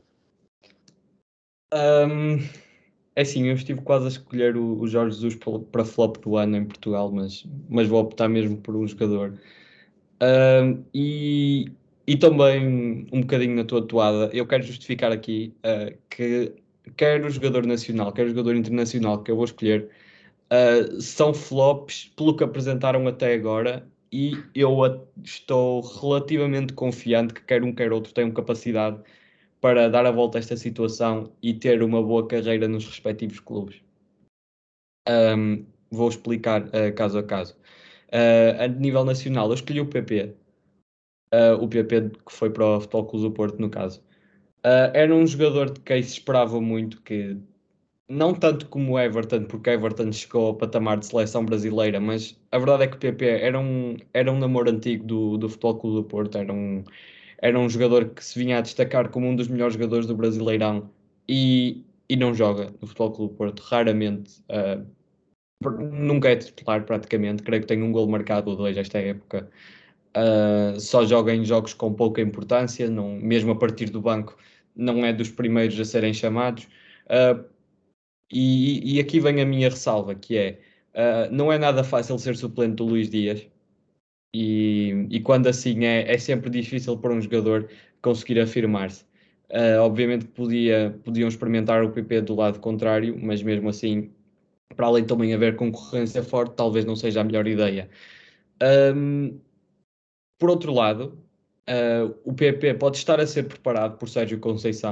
Um, é assim, eu estive quase a escolher o, o Jorge Jesus para flop do ano em Portugal, mas, mas vou optar mesmo por um jogador. Um, e, e também um bocadinho na tua toada, eu quero justificar aqui uh, que quer o jogador nacional, quer o jogador internacional que eu vou escolher, uh, são flops pelo que apresentaram até agora, e eu a, estou relativamente confiante que quer um quer outro tenham capacidade para dar a volta a esta situação e ter uma boa carreira nos respectivos clubes. Um, vou explicar uh, caso a caso. Uh, a nível nacional, eu escolhi o P P. Uh, o P P que foi para o Futebol Clube do Porto, no caso. Uh, era um jogador de quem se esperava muito, que não tanto como o Everton, porque o Everton chegou ao patamar de seleção brasileira, mas a verdade é que o P P era um, era um namoro antigo do, do Futebol Clube do Porto, era um, era um jogador que se vinha a destacar como um dos melhores jogadores do Brasileirão e, e não joga no Futebol Clube do Porto, raramente, uh, nunca é titular praticamente, creio que tem um gol marcado ou dois esta época. Uh, só joga em jogos com pouca importância, não, mesmo a partir do banco não é dos primeiros a serem chamados. Uh, e, e aqui vem a minha ressalva, que é, uh, não é nada fácil ser suplente do Luís Dias, e, e quando assim é, é sempre difícil para um jogador conseguir afirmar-se. Uh, obviamente que podia, podiam experimentar o P P do lado contrário, mas mesmo assim, para além de também haver concorrência forte, talvez não seja a melhor ideia. Um, Por outro lado, uh, o P P pode estar a ser preparado por Sérgio Conceição,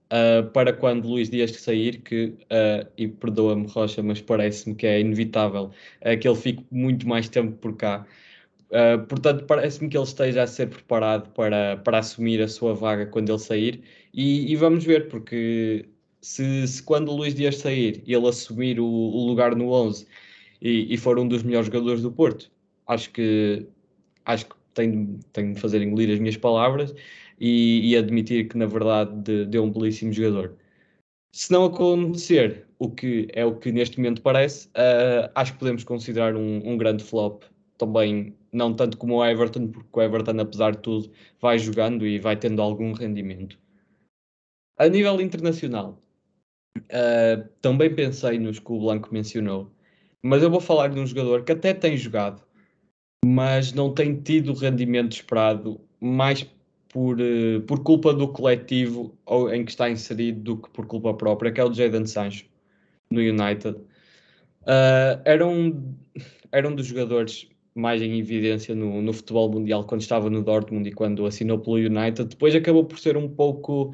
uh, para quando Luís Dias sair, que, uh, e perdoa-me Rocha, mas parece-me que é inevitável uh, que ele fique muito mais tempo por cá. Uh, portanto, parece-me que ele esteja a ser preparado para, para assumir a sua vaga quando ele sair, e, e vamos ver, porque se, se quando o Luís Dias sair ele assumir o, o lugar no onze e, e for um dos melhores jogadores do Porto, acho que acho que tenho, tenho de fazer engolir as minhas palavras e, e admitir que na verdade de- deu um belíssimo jogador. Se não acontecer o que é o que neste momento parece, uh, acho que podemos considerar um, um grande flop. Também, não tanto como o Everton, porque o Everton, apesar de tudo, vai jogando e vai tendo algum rendimento. A nível internacional, uh, também pensei nos que o Blanco mencionou, mas eu vou falar de um jogador que até tem jogado, mas não tem tido o rendimento esperado, mais por, uh, por culpa do coletivo ou em que está inserido do que por culpa própria, que é o Jadon Sancho no United. Uh, era, um, era um dos jogadores mais em evidência no, no futebol mundial quando estava no Dortmund e quando assinou pelo United. Depois acabou por ser um pouco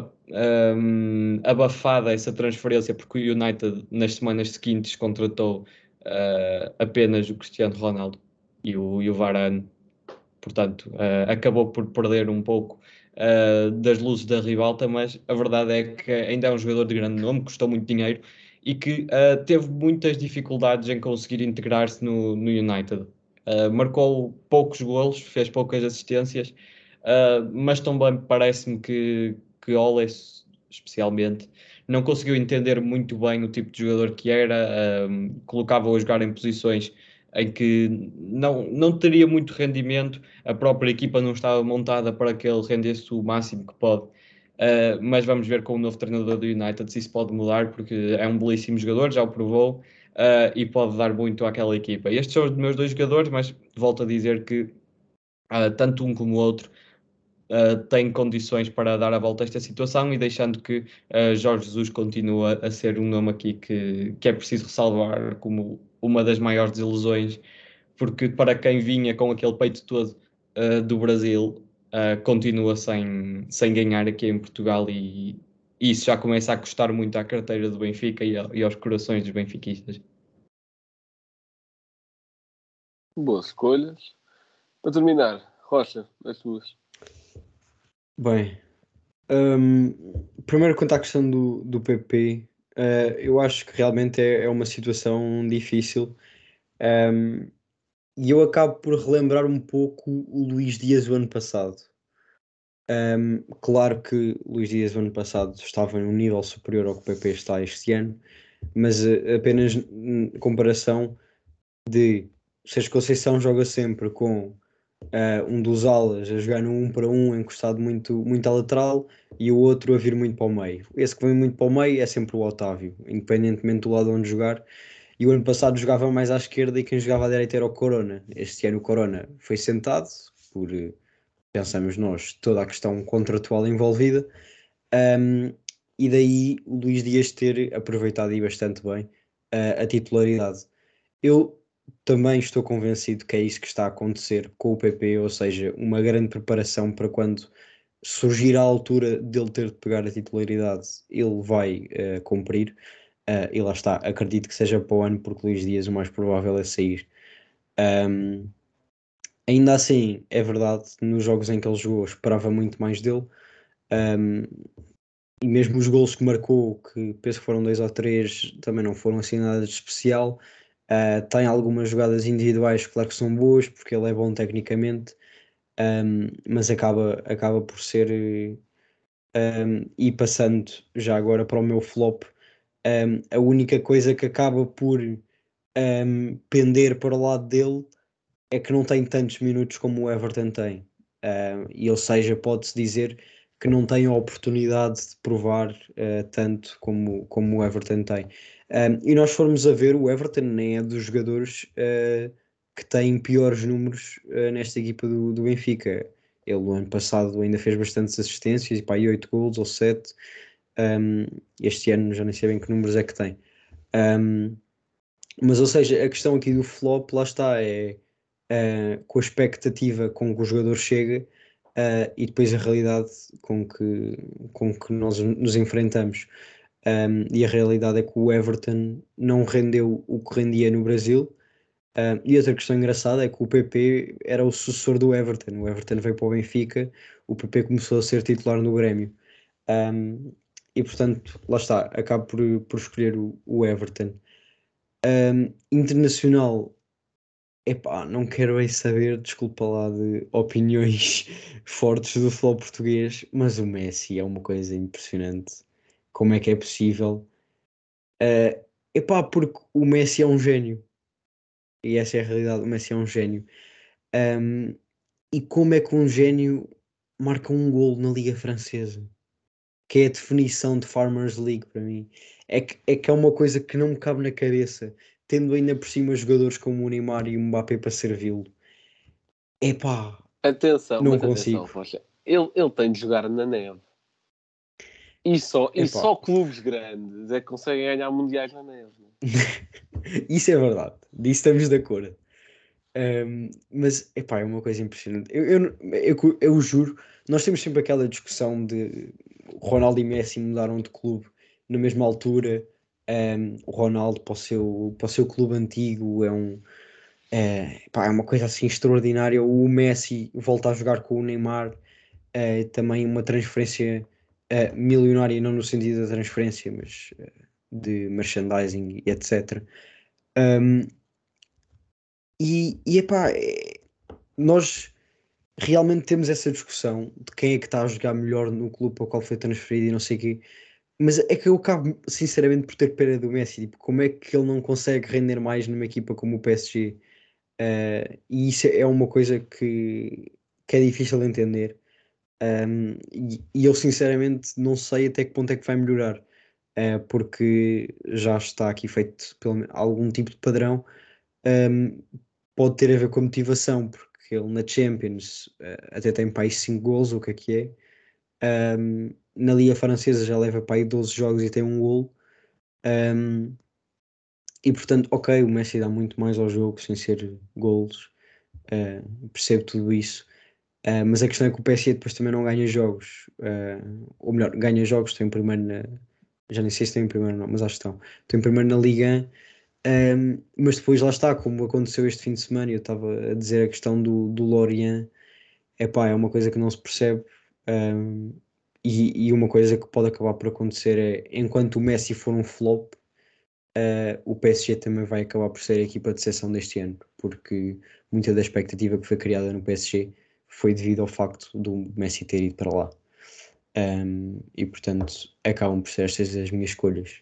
um, abafada essa transferência, porque o United nas semanas seguintes contratou uh, apenas o Cristiano Ronaldo e o, e o Varane. Portanto, uh, acabou por perder um pouco uh, das luzes da ribalta, mas a verdade é que ainda é um jogador de grande nome, custou muito dinheiro e que uh, teve muitas dificuldades em conseguir integrar-se no, no United. Uh, marcou poucos golos, fez poucas assistências, uh, mas também parece-me que, que Ole, especialmente, não conseguiu entender muito bem o tipo de jogador que era, uh, colocava-o a jogar em posições em que não, não teria muito rendimento, a própria equipa não estava montada para que ele rendesse o máximo que pode. Uh, mas vamos ver com o novo treinador do United se isso pode mudar, porque é um belíssimo jogador, já o provou, uh, e pode dar muito àquela equipa. Estes são os meus dois jogadores, mas volto a dizer que uh, tanto um como o outro uh, têm condições para dar a volta a esta situação, e deixando que uh, Jorge Jesus continua a ser um nome aqui que, que é preciso ressalvar como uma das maiores desilusões, porque para quem vinha com aquele peito todo uh, do Brasil, uh, continua sem, sem ganhar aqui em Portugal, e, e isso já começa a custar muito à carteira do Benfica e, a, e aos corações dos benfiquistas. Boas escolhas. Para terminar, Rocha, as tuas. Bem, hum, primeiro quanto à questão do, do P P, uh, eu acho que realmente é, é uma situação difícil. Um, e eu acabo por relembrar um pouco o Luís Dias do ano passado. Um, claro que o Luís Dias do ano passado estava num nível superior ao que o P P está este ano, mas uh, apenas em comparação de Sérgio Conceição joga sempre com uh, um dos alas a jogar no um para um, encostado muito, muito à lateral, e o outro a vir muito para o meio. Esse que vem muito para o meio é sempre o Otávio, independentemente do lado onde jogar. E o ano passado jogava mais à esquerda e quem jogava à direita era o Corona. Este ano o Corona foi sentado por, eh, pensamos nós, toda a questão contratual envolvida. Um, e daí o Luís Dias ter aproveitado aí bastante bem uh, a titularidade. Eu também estou convencido que é isso que está a acontecer com o P P, ou seja, uma grande preparação para quando surgir a altura dele ter de pegar a titularidade, ele vai uh, cumprir. Uh, e lá está, acredito que seja para o ano, porque Luís Dias o mais provável é sair. Um, ainda assim, é verdade, nos jogos em que ele jogou, esperava muito mais dele. Um, e mesmo os golos que marcou, que penso que foram dois ou três, também não foram assim nada de especial. Uh, tem algumas jogadas individuais, claro que são boas, porque ele é bom tecnicamente, um, mas acaba, acaba por ser. Um, e passando já agora para o meu flop, um, a única coisa que acaba por um, pender para o lado dele é que não tem tantos minutos como o Everton tem. Um, e ou seja, pode-se dizer que não tem a oportunidade de provar uh, tanto como, como o Everton tem. Um, e nós formos a ver, o Everton nem é dos jogadores uh, que têm piores números uh, nesta equipa do, do Benfica. Ele no ano passado ainda fez bastantes assistências, e pá, oito gols ou sete. Um, este ano já nem sei bem que números é que tem. Um, mas, ou seja, a questão aqui do flop, lá está, é uh, com a expectativa com que o jogador chega, uh, e depois a realidade com que, com que nós nos enfrentamos. Um, e a realidade é que o Everton não rendeu o que rendia no Brasil. Um, e outra questão engraçada é que o P P era o sucessor do Everton. O Everton veio para o Benfica, o P P começou a ser titular no Grêmio. Um, e portanto, lá está, acabo por, por escolher o, o Everton. Um, internacional, epá, não quero bem saber, desculpa lá, de opiniões fortes do futebol português, mas o Messi é uma coisa impressionante. Como é que é possível? Uh, epá, porque o Messi é um gênio. E essa é a realidade, o Messi é um gênio. Um, e como é que um gênio marca um golo na Liga Francesa? Que é a definição de Farmers League para mim. É que, é que é uma coisa que não me cabe na cabeça, tendo ainda por cima jogadores como o Neymar e o Mbappé para servi-lo. Epá, Atenção, não mas atenção, consigo. Rocha. Ele, ele tem de jogar na neve. E só, e Epá, só clubes grandes é que conseguem ganhar mundiais na neve. Né? isso é verdade, disso estamos de acordo. Um, mas, epá, é uma coisa impressionante. Eu, eu, eu, eu juro, nós temos sempre aquela discussão de Ronaldo e Messi mudaram de clube na mesma altura. Um, o Ronaldo para o seu, para o seu clube antigo é, um, é, pá, é uma coisa assim extraordinária. O Messi volta a jogar com o Neymar, é, também uma transferência é, milionária, não no sentido da transferência, mas é, de merchandising e etcétera. Um, e, e epá, é, nós realmente temos essa discussão de quem é que está a jogar melhor no clube para o qual foi transferido e não sei o quê. Mas é que eu acabo, sinceramente, por ter pena do Messi. Tipo, como é que ele não consegue render mais numa equipa como o P S G? Eh, e isso é uma coisa que, que é difícil de entender. Um, e, e eu, sinceramente, não sei até que ponto é que vai melhorar. Eh, porque já está aqui feito pelo, menos algum tipo de padrão. Um, pode ter a ver com a motivação, porque ele na Champions eh, até tem para aí cinco gols, o que é que é. Um, na Liga Francesa já leva para aí doze jogos e tem um gol. Um, e portanto, ok, o Messi dá muito mais ao jogo sem ser golos, uh, percebo tudo isso. Uh, mas a questão é que o P S G depois também não ganha jogos, uh, ou melhor, ganha jogos, tem em primeiro na, já nem sei se tem em primeiro não, mas acho que estão, tem em primeiro na Liga. Um, mas depois lá está, como aconteceu este fim de semana, eu estava a dizer a questão do, do Lorient, epá, é uma coisa que não se percebe. um, e, e uma coisa que pode acabar por acontecer é, enquanto o Messi for um flop, uh, o P S G também vai acabar por ser a equipa de exceção deste ano, porque muita da expectativa que foi criada no P S G foi devido ao facto do Messi ter ido para lá. Um, e portanto acabam por ser estas as minhas escolhas.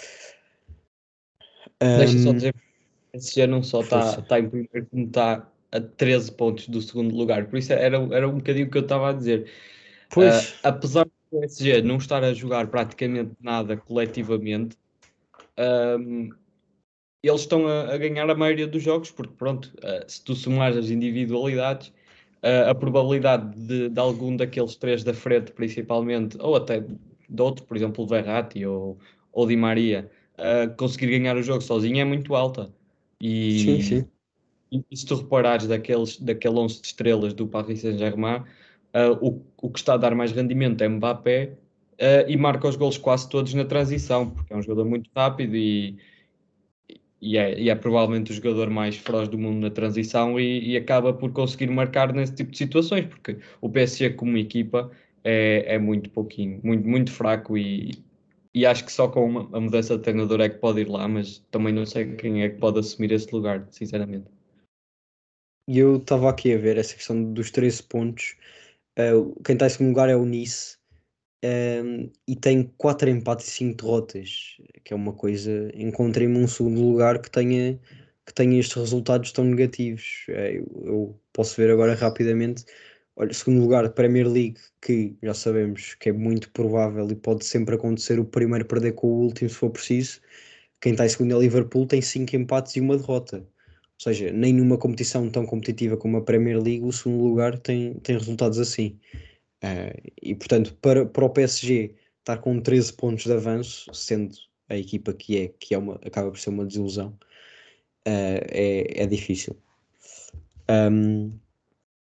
Deixa só Um, dizer, o P S G não só está força. tá em primeiro, como está a treze pontos do segundo lugar. Por isso era, era um bocadinho o que eu estava a dizer. Pois, Uh, apesar do P S G não estar a jogar praticamente nada coletivamente, um, eles estão a, a ganhar a maioria dos jogos, porque pronto, uh, se tu somares as individualidades, uh, a probabilidade de, de algum daqueles três da frente, principalmente, ou até de outro, por exemplo, o Verratti ou, ou Di Maria, uh, conseguir ganhar o jogo sozinho é muito alta. sim, E, sim. e se tu reparares daqueles, daquele onze de estrelas do Paris Saint-Germain, uh, o, o que está a dar mais rendimento é Mbappé, uh, e marca os golos quase todos na transição, porque é um jogador muito rápido e e é, e é provavelmente o jogador mais feroz do mundo na transição e, e acaba por conseguir marcar nesse tipo de situações, porque o P S G como equipa é, é muito pouquinho, muito, muito fraco e, e acho que só com uma, a mudança de treinador é que pode ir lá, mas também não sei quem é que pode assumir esse lugar, sinceramente. E eu estava aqui a ver essa questão dos treze pontos. Uh, quem está em segundo lugar é o Nice, um, e tem quatro empates e cinco derrotas, que é uma coisa. Encontrei-me um segundo lugar que tenha, que tenha estes resultados tão negativos. Uh, eu, eu posso ver agora rapidamente. Olha, segundo lugar, Premier League, que já sabemos que é muito provável e pode sempre acontecer o primeiro perder com o último se for preciso. Quem está em segundo é Liverpool, tem cinco empates e uma derrota. Ou seja, nem numa competição tão competitiva como a Premier League, o segundo lugar tem, tem resultados assim. Uh, e portanto, para, para o P S G estar com treze pontos de avanço, sendo a equipa que é, que é uma, acaba por ser uma desilusão, uh, é, é difícil. Um,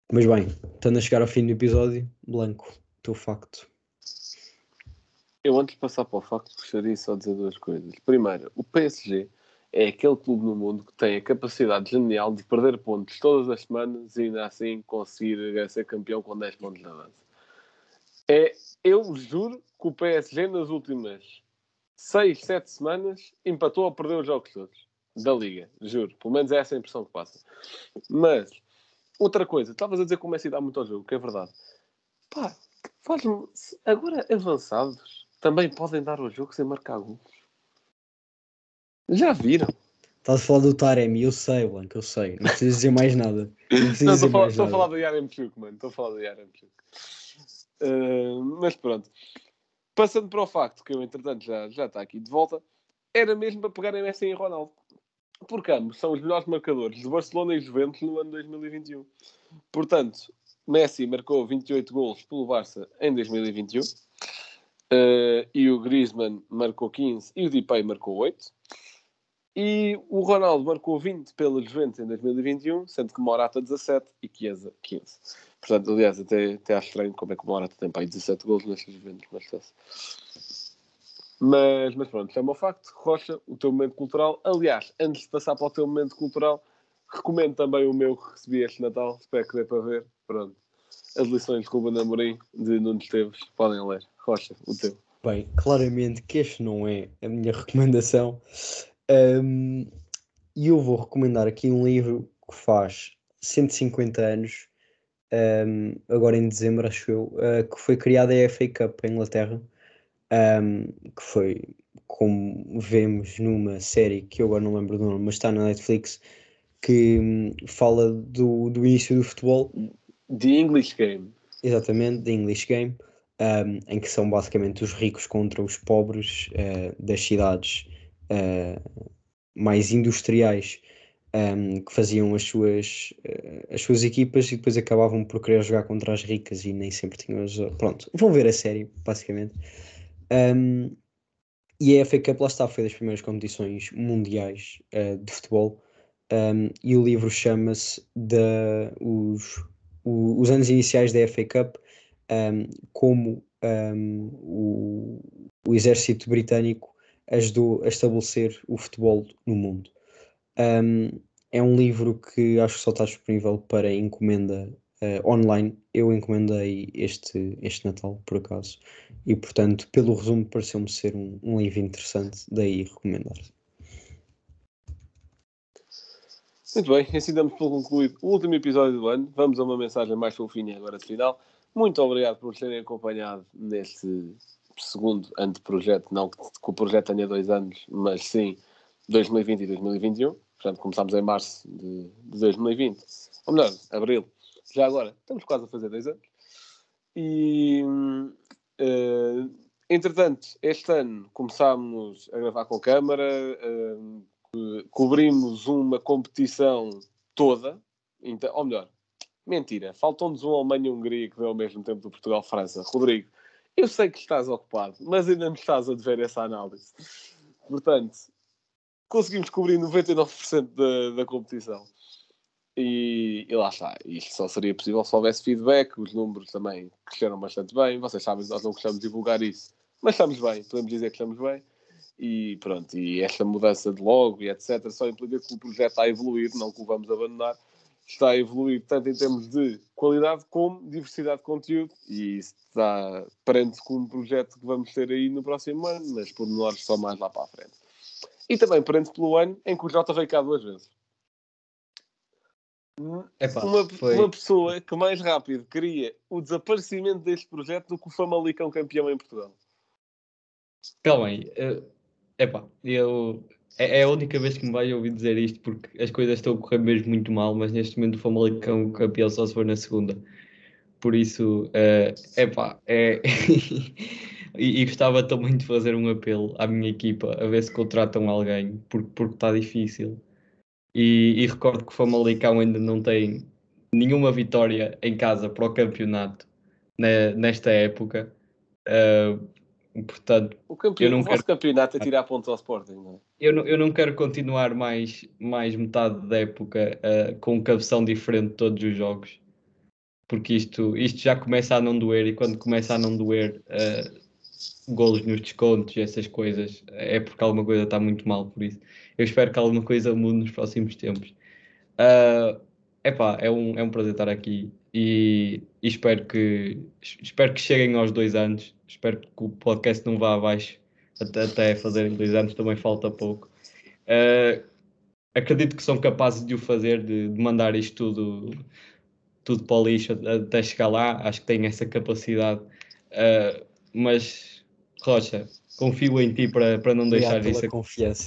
Mas bem, estando a chegar ao fim do episódio, Blanco, teu facto. Eu, antes de passar para o facto, gostaria só de dizer duas coisas. Primeiro, o P S G é aquele clube no mundo que tem a capacidade genial de perder pontos todas as semanas e ainda assim conseguir ser campeão com dez pontos de avanço. É, eu juro que o P S G nas últimas seis, sete semanas empatou a perder os jogos todos da Liga, juro. Pelo menos é essa a impressão que passa. Mas, outra coisa, estavas a dizer que o Messi dá muito ao jogo, que é verdade. Pá, faz-me... Agora, avançados também podem dar ao jogo sem marcar gols. Já viram? Estás a falar do Taremi, eu sei, Blanco, eu sei. Não preciso dizer mais nada. Não preciso Não, dizer estou a falar, mais estou a nada. falar do Yaremchuk, mano. Estou a falar do Yaremchuk. Uh, mas pronto. Passando para o facto que eu, entretanto, já, já está aqui de volta, era mesmo para pegarem Messi e Ronaldo. Porque ambos são os melhores marcadores de Barcelona e Juventus no ano dois mil e vinte e um. Portanto, Messi marcou vinte e oito golos pelo Barça em dois mil e vinte e um. Uh, e o Griezmann marcou quinze e o Depay marcou oito. E o Ronaldo marcou vinte pela Juventus em dois mil e vinte e um, sendo que Morata dezassete e Chiesa quinze. Portanto, aliás, até, até acho estranho como é que o Morata tem para aí dezassete golos nestas Juventus, mas está-se. Mas, mas pronto, é um facto. Rocha, o teu momento cultural. Aliás, antes de passar para o teu momento cultural, recomendo também o meu que recebi este Natal. Espero que dê para ver. Pronto. As lições de Ruben Amorim, de Nuno Esteves, podem ler. Rocha, o teu. Bem, claramente que este não é a minha recomendação. Um, e eu vou recomendar aqui um livro que faz cento e cinquenta anos, um, agora em dezembro, acho eu, uh, que foi criada a F A Cup em Inglaterra, um, que foi, como vemos numa série que eu agora não lembro do nome, mas está na Netflix, que um, fala do, do início do futebol. The English Game. Exatamente, The English Game, um, em que são basicamente os ricos contra os pobres uh, das cidades uh, mais industriais, um, que faziam as suas, uh, as suas equipas e depois acabavam por querer jogar contra as ricas e nem sempre tinham as... Pronto, vão ver a série, basicamente. Um, e a F A Cup, lá está, foi das primeiras competições mundiais uh, de futebol, um, e o livro chama-se os, o, os anos iniciais da F A Cup, um, como um, o, o exército britânico ajudou a estabelecer o futebol no mundo. Um, é um livro que acho que só está disponível para encomenda uh, online. Eu encomendei este, este Natal, por acaso, e portanto, pelo resumo, pareceu-me ser um, um livro interessante, daí recomendar. Muito bem, assim damos por concluído o último episódio do ano. Vamos a uma mensagem mais fofinha agora de final. Muito obrigado por nos terem acompanhado neste segundo ano de projeto. Não que o projeto tenha dois anos, mas sim dois mil e vinte e dois mil e vinte e um. Portanto, começámos em março de, de dois mil e vinte. Ou melhor, abril. Já agora, estamos quase a fazer dois anos. E, uh, entretanto, este ano começámos a gravar com câmara, uh, cobrimos uma competição toda, então, ou melhor, mentira, faltou-nos um Alemanha-Hungria que veio ao mesmo tempo do Portugal-França. Rodrigo, eu sei que estás ocupado, mas ainda me estás a dever essa análise. Portanto, conseguimos cobrir noventa e nove por cento da, da competição. E, e lá está. Isto só seria possível se houvesse feedback. Os números também cresceram bastante bem. Vocês sabem, nós não gostamos de divulgar isso, mas estamos bem. Podemos dizer que estamos bem. E pronto, e esta mudança de logo e etcétera só implica que o projeto está a evoluir, não que o vamos abandonar. Está a evoluir tanto em termos de qualidade como diversidade de conteúdo. E isso está perante com um projeto que vamos ter aí no próximo ano, mas por menores só mais lá para a frente. E também perante pelo ano em que o Jota veio cá duas vezes. Epá, Uma, foi... uma pessoa que mais rápido queria o desaparecimento deste projeto do que o Famalicão campeão em Portugal. Calma aí. Uh, epá, eu... É, é a única vez que me vai ouvir dizer isto, porque as coisas estão a correr mesmo muito mal, mas neste momento o Famalicão campeão só se for na segunda. Por isso, uh, epá, é... e, e gostava também de fazer um apelo à minha equipa, a ver se contratam alguém, porque, porque está difícil. E, e recordo que o Famalicão ainda não tem nenhuma vitória em casa para o campeonato ne- nesta época. Uh, portanto, O, eu campeão, o não quero, vosso campeonato é tirar pontos ao Sporting, não é? eu não, eu não quero continuar mais, mais metade da época uh, com um cabeção diferente de todos os jogos. porque isto, isto já começa a não doer, e quando começa a não doer, uh, golos nos descontos e essas coisas, é porque alguma coisa está muito mal. Por isso eu espero que alguma coisa mude nos próximos tempos. Uh, epá, é um, é um prazer estar aqui e, e espero que espero que cheguem aos dois anos. Espero que o podcast não vá abaixo até, até fazerem dois anos, também falta pouco. Uh, acredito que são capazes de o fazer, de, de mandar isto tudo, tudo para o lixo até chegar lá. Acho que têm essa capacidade. Uh, mas, Rocha, confio em ti para, para não Obrigado deixar pela isso. confiança.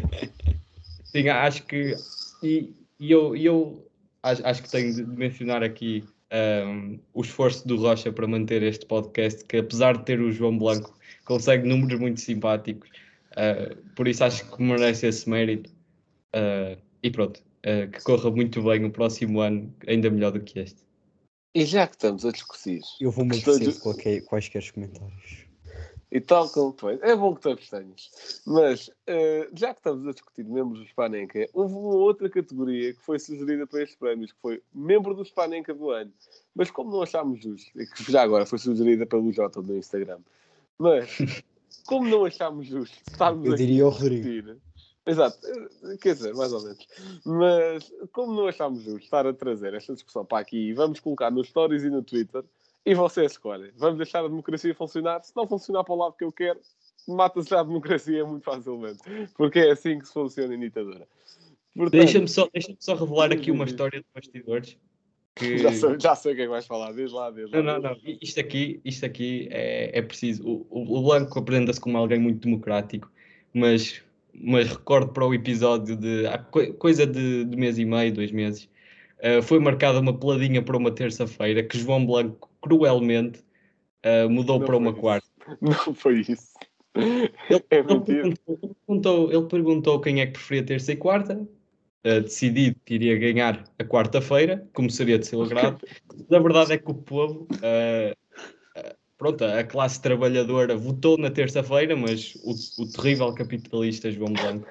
Sim, acho que. E, e eu, e eu acho, acho que tenho de mencionar aqui um, o esforço do Rocha para manter este podcast, que apesar de ter o João Blanco, consegue números muito simpáticos. Uh, por isso acho que merece esse mérito. Uh, e pronto, uh, que corra muito bem o próximo ano, ainda melhor do que este. E já que estamos a discutir... Eu vou-me questões abster de- de qualquer, quaisquer comentários. E tal como tu és. É bom que tu abstenhas. Mas, eh, já que estamos a discutir membros do Spanenka, houve uma outra categoria que foi sugerida para estes prémios, que foi membro do Spanenka do ano. Mas como não achámos justo, e que já agora foi sugerida pelo Jota no Instagram, mas como não achámos justo estarmos Eu aqui diria a ao Rodrigo. discutir... Exato, eh, quer dizer, mais ou menos. Mas como não achámos justo estar a trazer esta discussão para aqui, e vamos colocar nos stories e no Twitter, e vocês escolhem. Vamos deixar a democracia funcionar. Se não funcionar para o lado que eu quero, mata-se a democracia muito facilmente. Porque é assim que se funciona em ditadura. Portanto, Deixa-me só, deixa só revelar diz, aqui uma diz, diz. história de bastidores. Que... Já, sei, já sei o que é que vais falar. Diz lá, diz lá. Não, não, não. Isto aqui, isto aqui é, é preciso. O, o, o Blanco apresenta-se como alguém muito democrático, mas, mas recordo para o episódio de há co- coisa de, de mês e meio, dois meses, uh, foi marcada uma peladinha para uma terça-feira que João Blanco cruelmente uh, mudou Não para uma foi quarta. isso. Não foi isso. Ele, É ele mentira. perguntou, ele perguntou- ele perguntou quem é que preferia terça e quarta, uh, decidido que iria ganhar a quarta-feira, como seria de seu agrado. A verdade é que o povo, uh, uh, pronto, a classe trabalhadora votou na terça-feira, mas o, o terrível capitalista João Blanco,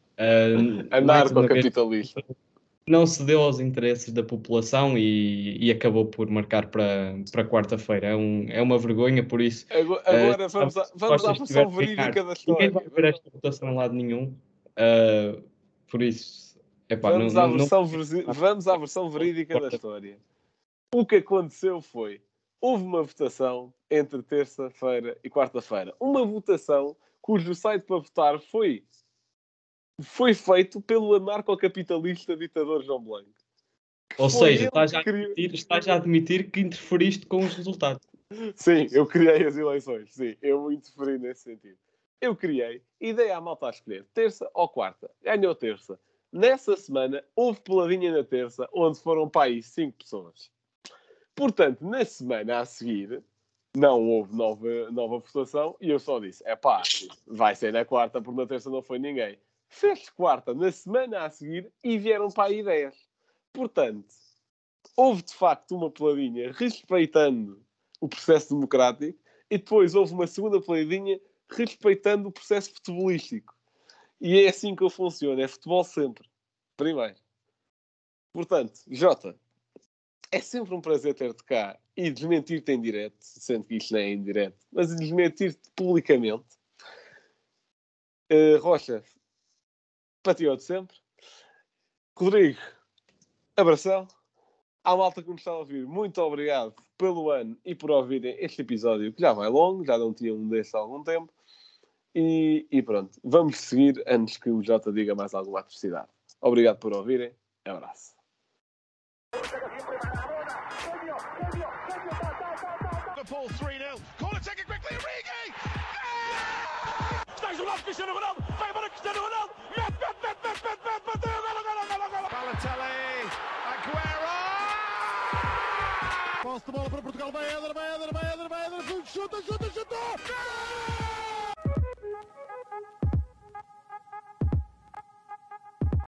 uh, mais uma vez, Anarcocapitalista. não cedeu aos interesses da população e, e acabou por marcar para, para quarta-feira. É, um, é uma vergonha, por isso. Agora, uh, agora vamos, à, vamos à se versão tiver de ganhar, verídica da ninguém história. vai ver esta votação em lado nenhum. Uh, por isso, epá, não, Vamos à, não, não... versão, versi- vamos à versão verídica da história. O que aconteceu foi, houve uma votação entre terça-feira e quarta-feira. Uma votação cujo site para votar foi, foi feito pelo anarcocapitalista ditador João Blanco. Ou Foi seja, ele estás que a, criou... admitir, estás a admitir que interferiste com os resultados. Sim, eu criei as eleições. Sim, eu interferi nesse sentido. Eu criei e dei à malta a escolher terça ou quarta. Ganhou terça. Nessa semana, houve peladinha na terça, onde foram para aí cinco pessoas. Portanto, na semana a seguir, não houve nova, nova votação e eu só disse, é pá, vai ser na quarta, porque na terça não foi ninguém. Fez quarta na semana a seguir e vieram para aí dez. Portanto, houve de facto uma peladinha respeitando o processo democrático e depois houve uma segunda peladinha respeitando o processo futebolístico. E é assim que eu funciono, é futebol sempre. Primeiro. Portanto, Jota, é sempre um prazer ter-te cá e desmentir-te em direto, sendo que isto não é em direto, mas desmentir-te publicamente. Uh, Rocha, patriota sempre. Rodrigo, abração. À malta que nos está a ouvir, muito obrigado pelo ano e por ouvirem este episódio, que já vai longo, já não tinha um desses há algum tempo. E, e pronto, vamos seguir antes que o Jota diga mais alguma atrocidade. Obrigado por ouvirem. Abraço. Liverpool three nil. Corner taken quickly. Origi! Stays on Cristiano Ronaldo. Vai embora Cristiano Ronaldo. Mete, mete, mete, mete, mete, mete, bateu. Golo, golo, golo, golo. Balotelli. Aguero. Posse de bola para Portugal. Vai Éder, vai Éder, vai Éder, vai Éder. Chuta, chuta, chuta. Gol!